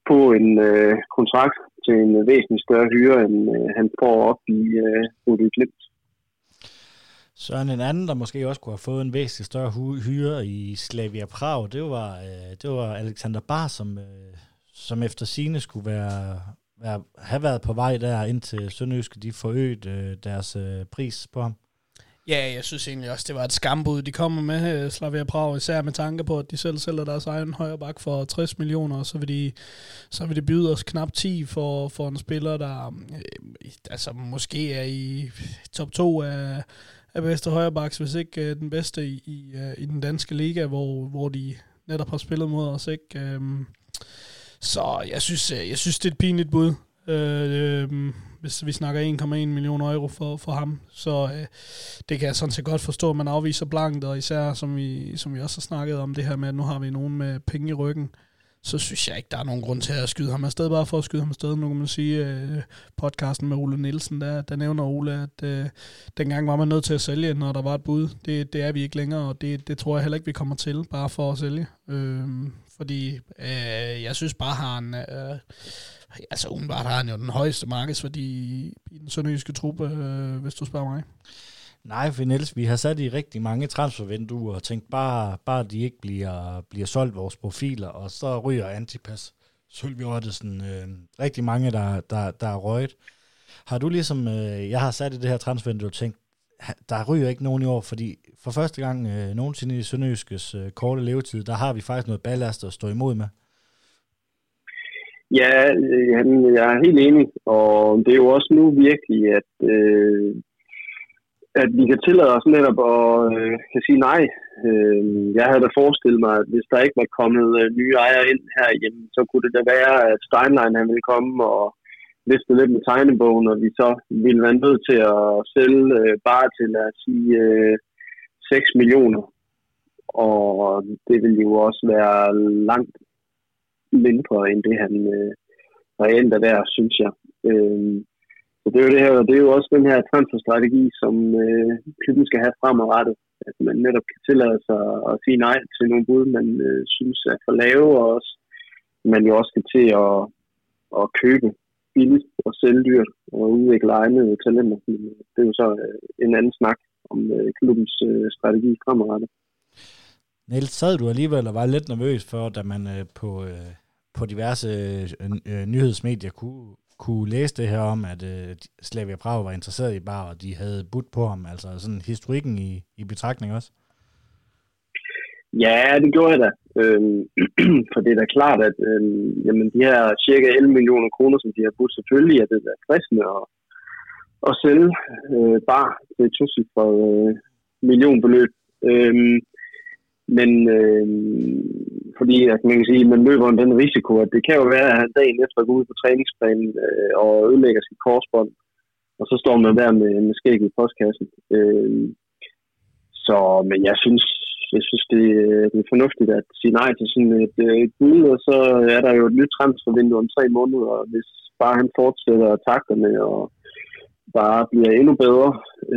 på en kontrakt til en væsentlig større hyre, end han får op i Rudi Glimt. Søren, en anden, der måske også kunne have fået en væsentlig større hyre i Slavia Prag, det var Alexander Bar, som efter sigende skulle have været på vej der, indtil Sønderjyske de forøgede deres pris på ham. Ja, jeg synes egentlig også, det var et skambud, de kommer med, Slavia Prag, især med tanke på, at de selv sælger deres egen højreback for 60 millioner, og så vil de byde os knap 10 for en spiller, der altså måske er i top 2 af bedste højrebacks, hvis ikke den bedste i den danske liga, hvor de netop har spillet mod os, ikke? Så jeg synes, det er et pinligt bud. Hvis vi snakker 1,1 million euro for ham, så det kan jeg sådan set godt forstå, at man afviser blankt, og især som vi også har snakket om det her med, at nu har vi nogen med penge i ryggen, så synes jeg ikke, der er nogen grund til at skyde ham afsted, bare for at skyde ham afsted. Nu kan man sige, podcasten med Ole Nielsen, der nævner Ole, at dengang var man nødt til at sælge, når der var et bud. Det er vi ikke længere, og det tror jeg heller ikke, vi kommer til, bare for at sælge. Fordi jeg synes bare, han altså umiddelbart har han jo den højeste markedsværdi i den sønderjyske truppe, hvis du spørger mig. Nej, for Niels, vi har sat i rigtig mange transfervinduer og tænkt bare de ikke bliver solgt vores profiler, og så ryger Antipas, Sølvi Ottesen, rigtig mange, der er røget. Har du ligesom, jeg har sat i det her transfervindue og tænkt, der ryger ikke nogen i år, fordi for første gang nogensinde i Sønderjyskes korte levetid, der har vi faktisk noget ballast at stå imod med. Ja, jeg er helt enig, og det er jo også nu virkelig, at vi kan tillade os netop at sige nej. Jeg havde da forestillet mig, at hvis der ikke var kommet nye ejere ind herhjemme, så kunne det da være, at Steinlein han ville komme og liste lidt med tegnebogen, og vi så ville være nødt til at sælge bare til at sige 6 millioner. Og det ville jo også være langt mindre end det, han reelt er værd, synes jeg. Så det er jo det her, og det er jo også den her transferstrategi, som klubben skal have fremadrettet. At man netop kan tillade sig at sige nej til nogle bud, man synes er for lave, og også man jo også skal til at købe billigt og sælge dyrt og udvikle egne talenter. Det er jo så en anden snak om klubbens strategi fremadrettet. Niels, sad du alligevel og var lidt nervøs for, da man på diverse nyhedsmedier kunne læse det her om, at Slavia Prag var interesseret i Bar, og de havde budt på ham, altså sådan historikken i betragtning også? Ja, det gjorde jeg da. For det er da klart, at jamen, de her cirka 11 millioner kroner, som de har budt, selvfølgelig er det da fristende at sælge Bar til et tocifret millionbeløb. Men fordi at man kan sige, at man løber den risiko, at det kan jo være, at han dagen efter går ud på træningsplanen og ødelægger sit korsbånd, og så står man der med skægget i postkassen. Men jeg synes det er fornuftigt at sige nej til sådan et bud, og så er der jo et nyt transfervindue om 3 måneder, og hvis bare han fortsætter takterne og bare bliver endnu bedre,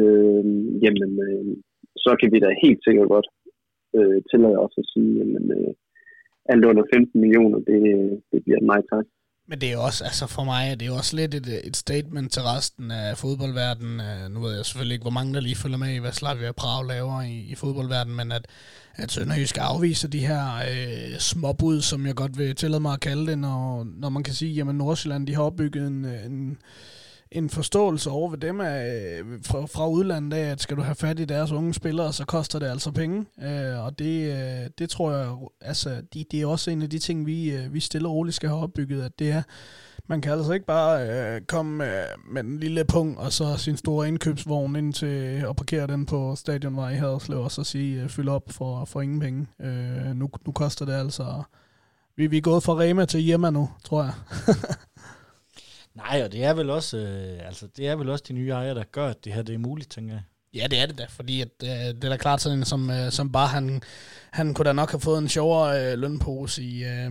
så kan vi da helt sikkert godt tillader også at sige, at alt under 15 millioner, det bliver et nej tak. Men det er også, altså for mig, det er også lidt et statement til resten af fodboldverdenen. Nu ved jeg selvfølgelig ikke, hvor mange der lige følger med i, hvad Slavia Prag laver i fodboldverdenen, men at Sønderjysk afviser de her småbud, som jeg godt vil tillade mig at kalde det, når man kan sige, jamen Nordsjælland, de har opbygget en forståelse over ved dem fra udlandet af, at skal du have fat i deres unge spillere, så koster det altså penge. Og det tror jeg, altså, det er også en af de ting, vi stille og roligt skal have opbygget, at det er, man kan altså ikke bare komme med den lille punkt, og så sin store indkøbsvogn ind til at parkere den på Stadionvej i Haderslev, og så sige, fyld op for ingen penge. Nu koster det altså, vi er gået fra Rema til Irma nu, tror jeg. Nej, og det er vel også de nye ejere, der gør, at det her det er muligt, tænker jeg. Ja, det er det da, fordi at, det er da klart sådan som bare han kunne da nok have fået en sjovere lønpose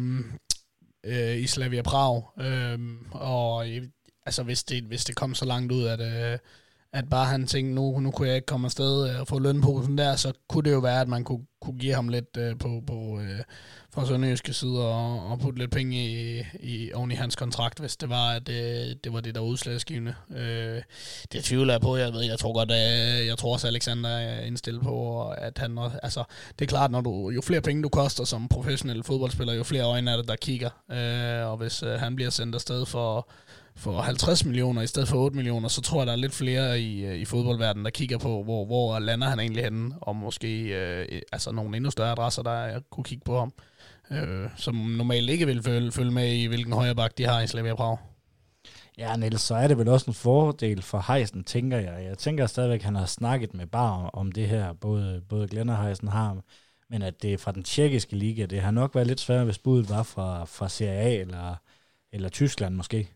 i Slavia Prag. Og altså hvis det kom så langt ud, at bare han tænkte, nu kunne jeg ikke komme afsted og få lønposen der, så kunne det jo være, at man kunne give ham lidt fra Sønderjyske side og putte lidt penge oven i hans kontrakt, hvis det var, at det var det, der var udslagsgivende. Det tvivler jeg på, jeg tror godt, jeg tror også, Alexander er indstillet på, at han altså, det er klart, jo flere penge du koster som professionel fodboldspiller, jo flere øjne er det, der kigger. Og hvis han bliver sendt afsted for 50 millioner i stedet for 8 millioner, så tror jeg, der er lidt flere i fodboldverdenen, der kigger på, hvor lander han egentlig henne, og måske altså nogle endnu større adresser, der kunne kigge på ham, som normalt ikke vil følge med i, hvilken højre bak de har i Slavia Prag. Ja, Niels, så er det vel også en fordel for Heisen, tænker jeg. Jeg tænker stadigvæk, at han har snakket med Bar om det her, både Glenn og Heisen har, men at det er fra den tjekkiske liga, det har nok været lidt svært, hvis budet var fra Serie A eller Tyskland måske.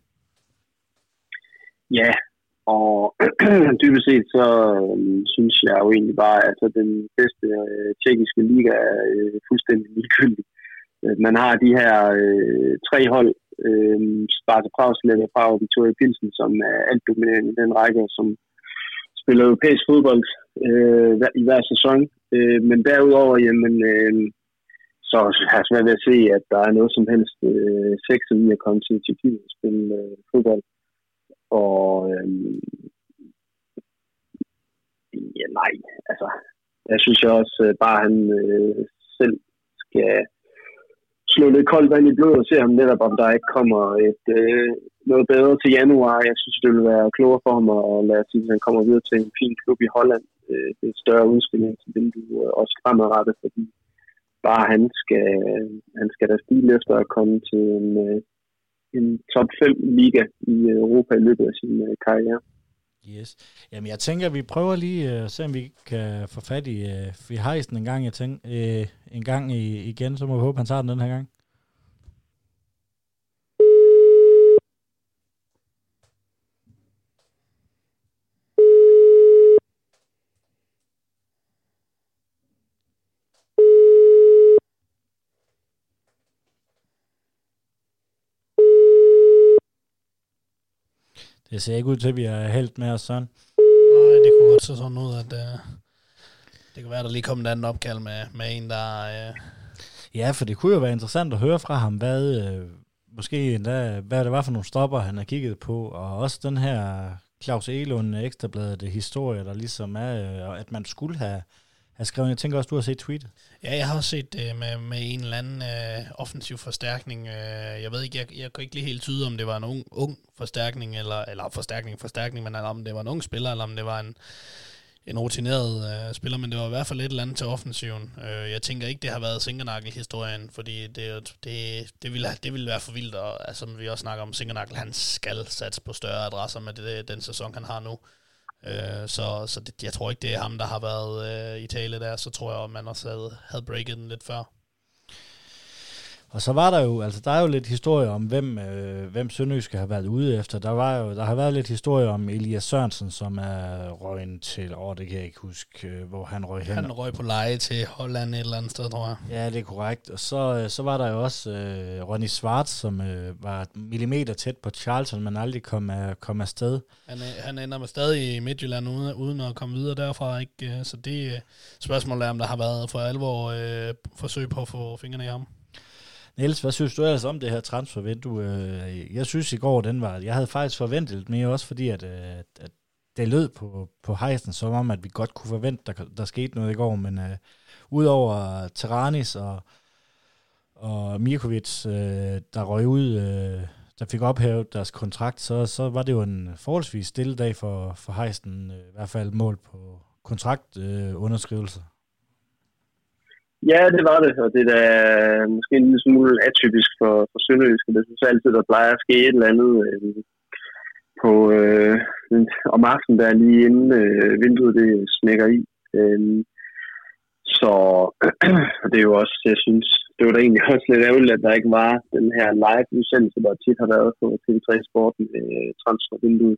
Ja, og dybest set så synes jeg jo egentlig bare, at altså, den bedste tjekkiske liga er fuldstændig ligegyldig. Man har de her 3 hold, Sparta Prag, Slavia Prag og Viktoria Pilsen, som er alt dominerende i den række, som spiller europæisk fodbold i hver sæson. Men derudover, jamen, så har jeg svært ved at se, at der er noget som helst sexet i at komme til Tjekkiet og spille fodbold. Og ja, nej, altså, jeg synes også bare, at han selv skal slå lidt koldt vand i blodet og se ham netop, om der ikke kommer noget bedre til januar. Jeg synes, det vil være klogere for ham at lade sig, at han kommer videre til en fin klub i Holland. Det er et større udspilling til den, du også fremadrettet, fordi bare han skal da stile efter at komme til en top 5 liga i Europa i løbet af sin karriere. Yes. Jamen, jeg tænker, at vi prøver lige at se, om vi kan få fat i Heisen en gang. Jeg tænker, en gang igen, så må vi håbe, han tager den her gang. Det ser ikke ud til, at vi har hældt med os sådan. Nej, det kunne godt se sådan ud, at det kan være, der lige kom et andet opkald med en, der... Ja, for det kunne jo være interessant at høre fra ham, måske endda, hvad det var for nogle stopper, han har kigget på, og også den her Claus Egelund Ekstrabladet historie, der ligesom er, at man skulle have skrevet. Jeg tænker også, du har set tweetet. Ja, jeg har også set det med en eller anden offensiv forstærkning. Jeg ved ikke, jeg kan ikke lige helt tyde, om det var en ung forstærkning, eller forstærkning, men om det var en ung spiller, eller om det var en rutineret spiller, men det var i hvert fald et eller andet til offensiven. Jeg tænker ikke, det har været Sinkernagel-historien, fordi det ville være for vildt, og altså, som vi også snakker om, Sinkernagel, han skal satse på større adresser med den sæson, han har nu. Så jeg tror ikke, det er ham, der har været i tale der. Så tror jeg, at man også havde breaket den lidt før. Og så var der jo, altså der er jo lidt historie om, hvem Sønderjyske har været ude efter. Der har været lidt historie om Elias Sørensen, som er røgen til, det kan jeg ikke huske, hvor han røg hen. Han røg på leje til Holland et eller andet sted, tror jeg. Ja, det er korrekt. Og så var der jo også Ronny Schwartz, som var millimeter tæt på Charlton, men aldrig kom afsted. Han ender med stadig i Midtjylland uden at komme videre derfra, ikke? Så det spørgsmålet er, om der har været for alvor forsøg på at få fingrene i ham. Niels, hvad synes du ellers om det her transfervindue? Jeg synes i går, jeg havde faktisk forventet lidt mere, også fordi at det lød på Heisen, som om, at vi godt kunne forvente, der skete noget i går, men udover Teranis og Mirkovic, der røg ud, der fik ophævet deres kontrakt, så var det jo en forholdsvis stille dag for Heisen, i hvert fald mål på kontraktunderskrivelse. Ja, det var det, og det er da måske en lille smule atypisk for Sønderjysk. Det synes altid, der plejer at ske et eller andet om aftenen, der lige inden vinduet det smækker i. Så det er jo også, jeg synes, det var da egentlig også lidt ærgerligt, at der ikke var den her live-udsendelse, der tit har været på TV3 Sporten transfervinduet.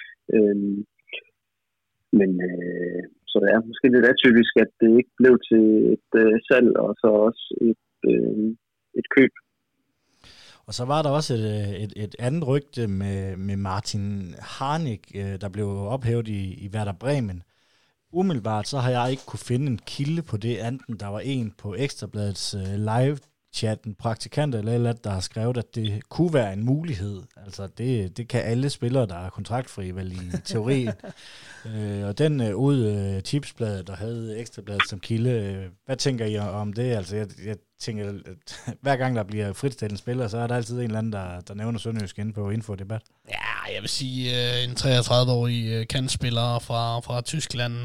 Men så det er måske lidt atypisk, at det ikke blev til et salg, og så også et køb. Og så var der også et andet rygte med Martin Harnik, der blev ophævet i Werder Bremen. Umiddelbart så har jeg ikke kunne finde en kilde på det, enten der var en på Ekstrabladets live-chatten, praktikant eller der har skrevet, at det kunne være en mulighed. Altså det kan alle spillere, der er kontraktfri, vel i teorien. Og den ud Tipsbladet, der havde Ekstrabladet som kilde, hvad tænker I om det? Altså jeg tænker, at hver gang der bliver fritstillende spillere, så er der altid en eller anden, der nævner Sønderjysk inde på Infodebat. Ja, jeg vil sige, en 33-årig kantspiller fra Tyskland,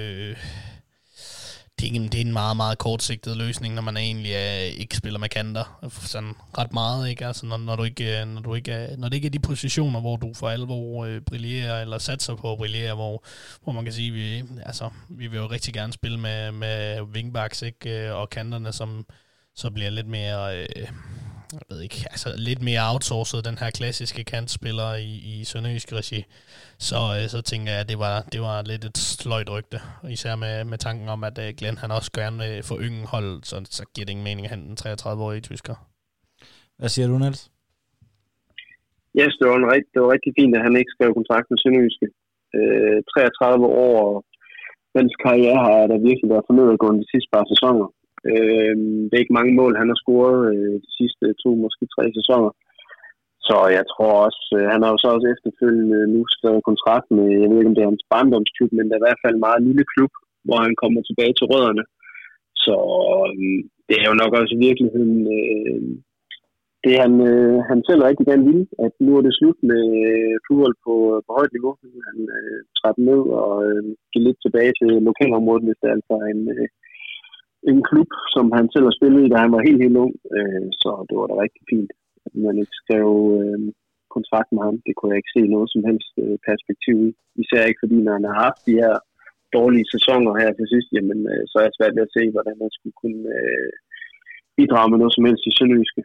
det er en meget, meget kortsigtet løsning, når man egentlig ikke spiller med kanter. Sådan ret meget, ikke? Altså, når det ikke er de positioner, hvor du for alvor brillerer, eller satser på at brillere, hvor man kan sige, vi vil jo rigtig gerne spille med wingbacks, ikke? Og kanterne, som så bliver lidt mere, jeg ved ikke, altså lidt mere outsourcet, den her klassiske kantspiller i Sønderjysk regi. Så tænker jeg, at det var lidt et sløjt rygte, især med tanken om, at Glenn han også gerne vil få yngre hold, så giver det ingen mening at hente en 33-årig tysker. Hvad siger du, Niels? Yes, det var rigtig fint, at han ikke skrev kontrakt med Sønderjyske. 33 år, og hans karriere har der virkelig været for nedadgående de sidste par sæsoner. Det er ikke mange mål, han har scoret de sidste 2, måske 3 sæsoner. Så jeg tror også, han har jo så også efterfølgende nu skrevet kontrakt med, jeg ved ikke om det er hans barndomsklub, men det er i hvert fald en meget lille klub, hvor han kommer tilbage til rødderne. Så det er jo nok også i virkeligheden det, han selv rigtig gerne vil, at nu er det slut med fodbold på højt niveau. Han træder ned og giver lidt tilbage til lokalområdet, hvis det er altså en klub, som han selv har spillet i, da han var helt ung. Så det var da rigtig fint, at man ikke skrev kontrakt med ham. Det kunne jeg ikke se noget som helst perspektiv i. Især ikke fordi, når han har haft de her dårlige sæsoner her til sidst, jamen, så er det svært ved at se, hvordan man skulle kunne bidrage med noget som helst i Sønderjyske.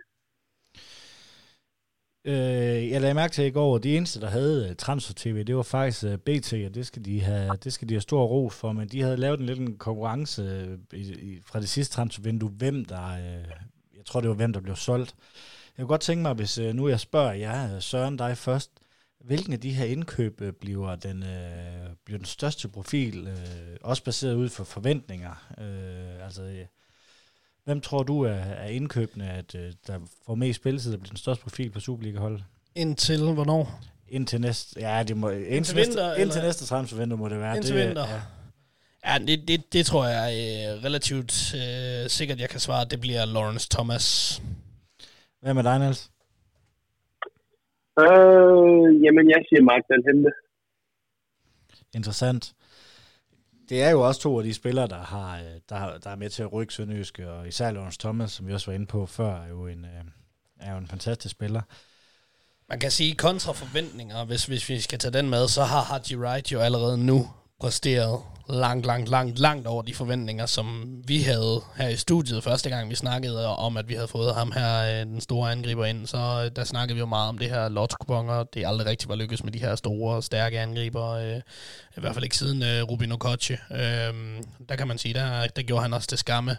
Jeg lagde mærke til i går, at de eneste, der havde transfer-tv, det var faktisk BT, og det skal de have stor ros for, men de havde lavet en konkurrence fra det sidste transfervindue, jeg tror det var hvem, der blev solgt. Jeg kunne godt tænke mig, hvis nu jeg spørger jer, Søren, dig først, hvilken af de her indkøb bliver den største profil, også baseret ud for forventninger? Hvem tror du er indkøbende, at der får mest spilletid, der bliver den største profil på Superliga-holdet? Indtil hvornår? Indtil næste transfervindue må det være. Indtil vinter. Ja, det tror jeg relativt sikkert, jeg kan svare. Det bliver Lawrence Thomas. Hvad med dig, Niels? Jamen, jeg siger Mark Dalhente. Interessant. Det er jo også to af de spillere, der er med til at rykke Sønderjyske, og især Lawrence Thomas, som vi også var inde på før, er jo en fantastisk spiller. Man kan sige kontra forventninger, hvis vi skal tage den med, så har Haji Wright jo allerede nu præsteret langt over de forventninger, som vi havde her i studiet første gang, vi snakkede om, at vi havde fået ham her, den store angriber ind. Så der snakkede vi jo meget om det her lotto-kuponer. Det er aldrig rigtig var lykkes med de her store, stærke angriber. I hvert fald ikke siden Rubin Okoche. Der kan man sige, der gjorde han også det skamme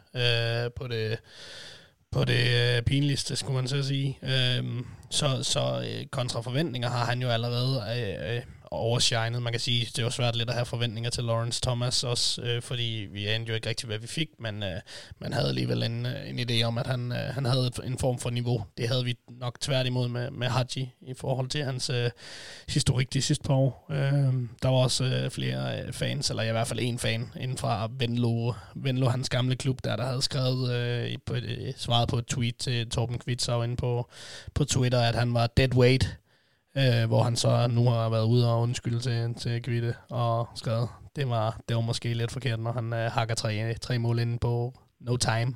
på det pinligste, skulle man så sige. Så kontra forventninger har han jo allerede overshinet. Man kan sige, det var svært lidt at have forventninger til Lawrence Thomas også, fordi vi anede jo ikke rigtig, hvad vi fik, men man havde alligevel en idé om, at han havde en form for niveau. Det havde vi nok tværtimod med Haji i forhold til hans historik de sidste par år. Der var også flere fans, eller i hvert fald en fan inden fra Venlo, hans gamle klub, der havde skrevet svaret på et tweet til Torben Kvitschau inde på Twitter, at han var dead weight, hvor han så nu har været ude og undskylde til Kvitte og skrevet. Det var måske lidt forkert, når han hakker tre mål ind på no time.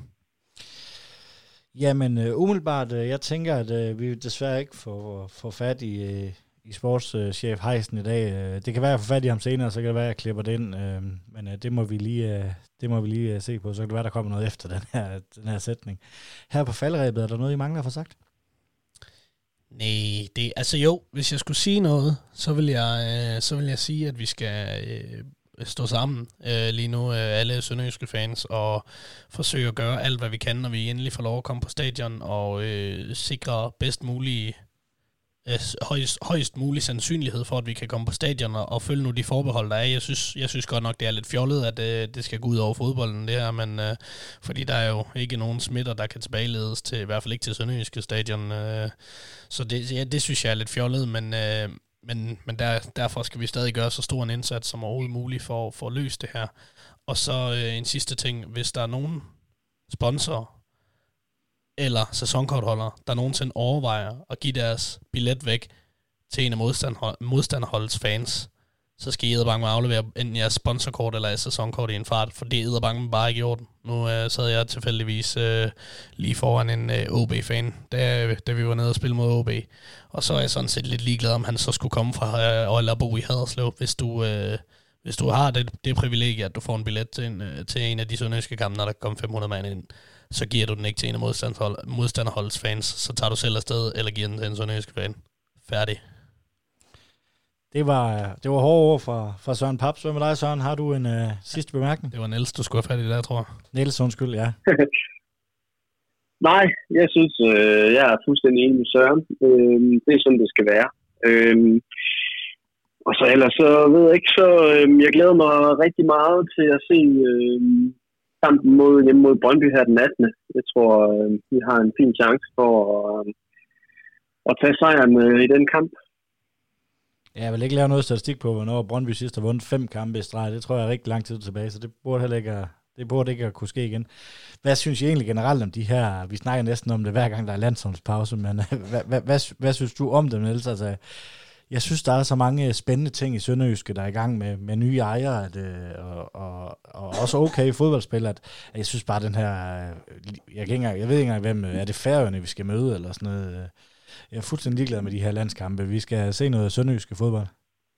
Jamen umiddelbart, jeg tænker, at vi desværre ikke får fat i sportschef Heisen i dag. Det kan være, at jeg får fat i ham senere, så kan det være, at jeg klipper det ind. Men det må vi lige se på. Så kan det være, der kommer noget efter den her sætning. Her på falderebet, er der noget, I mangler at få sagt? Nej, hvis jeg skulle sige noget, så vil jeg sige, at vi skal stå sammen lige nu, alle sønderjyske fans, og forsøge at gøre alt, hvad vi kan, når vi endelig får lov at komme på stadion, og sikre bedst mulige, højst mulig sandsynlighed for, at vi kan komme på stadion og følge nu de forbehold, der er. Jeg synes godt nok, det er lidt fjollet, at det skal gå ud over fodbolden, det her, men fordi der er jo ikke nogen smitter, der kan tilbageledes til, i hvert fald ikke til sønderjyske stadion. Så det synes jeg er lidt fjollet, men derfor skal vi stadig gøre så stor en indsats som overhovedet muligt for at løse det her. Og så en sidste ting, hvis der er nogen sponsorer eller sæsonkortholdere, der nogensinde overvejer at give deres billet væk til en af modstanderholdets fans, så skal I edderbange aflevere enten jeres sponsorkort eller jeres sæsonkort i en fart, for det er edderbange bare ikke i orden. Nu sad jeg tilfældigvis lige foran en OB-fan, da vi var nede og spille mod OB, og så er jeg sådan set lidt ligeglad, om han så skulle komme fra eller bo i Haderslev, hvis du har det privilegie, at du får en billet til en af de sønderjyske kampe, når der kommer 500 mand ind, så giver du den ikke til en af modstanderholdets fans, så tager du selv afsted, eller giver den til en sønderjyske fan. Færdig. Det var hårde ord fra Søren Paps. Hvad med dig, Søren? Har du en sidste bemærkning? Det var Niels, du skulle have fat i der, tror jeg. Niels, undskyld, ja. Nej, jeg synes, jeg er fuldstændig enig med Søren. Det er sådan, det skal være. Og så ellers, så ved jeg ikke, så jeg glæder mig rigtig meget til at se kampen hjemme mod Brøndby her den 18. Jeg tror, vi har en fin chance for at tage sejren i den kamp. Jeg vil ikke lave noget statistik på, hvornår Brøndby sidst har vundet 5 kampe i streg. Det tror jeg er rigtig lang tid tilbage, så det burde ikke at kunne ske igen. Hvad synes I egentlig generelt om de her? Vi snakker næsten om det hver gang, der er landsholdspause, men hvad synes du om dem, Niels? Altså, jeg synes, der er så mange spændende ting i Sønderjyske, der er i gang med nye ejere, og også okay fodboldspil, at jeg synes bare, den her... Jeg ved ikke engang, hvem... Er det Færøerne, vi skal møde, eller sådan noget? Jeg er fuldstændig ligeglad med de her landskampe. Vi skal se noget sønderjyske fodbold.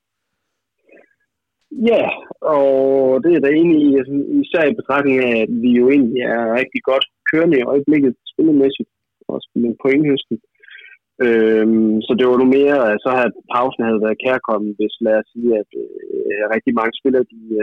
Ja, og det er der egentlig i, især i betragtning af, at vi jo egentlig er rigtig godt kørende i øjeblikket, spillemæssigt, også med pointhøsten. Så det var nu mere, at så havde pausen havde været kærkommen, hvis lad os sige, at rigtig mange spillere,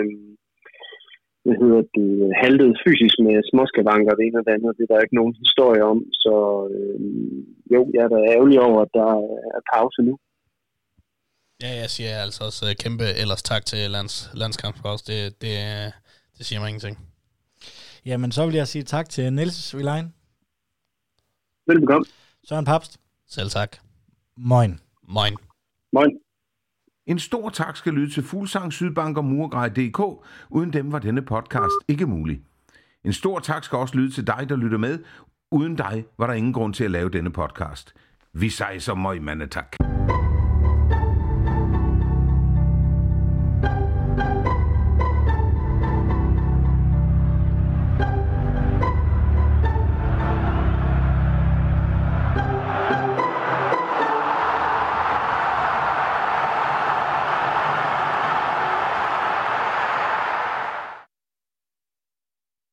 de haltede fysisk med småskavanker, det ene og det andet. Det er der ikke nogen historie om, så jo, jeg er da ærgerlig over, at der er pause nu. Ja, jeg siger altså også kæmpe ellers tak til landskampspause. Det siger mig ingenting. Jamen, så vil jeg sige tak til Niels Vilein. Velbekomme. Søren Papst. Selv tak. Moin. Moin. Moin. En stor tak skal lyde til Fuglsang, Sydbank og Murgrej.dk. Uden dem var denne podcast ikke mulig. En stor tak skal også lyde til dig, der lytter med. Uden dig var der ingen grund til at lave denne podcast. Vi sejser møg, mandetak.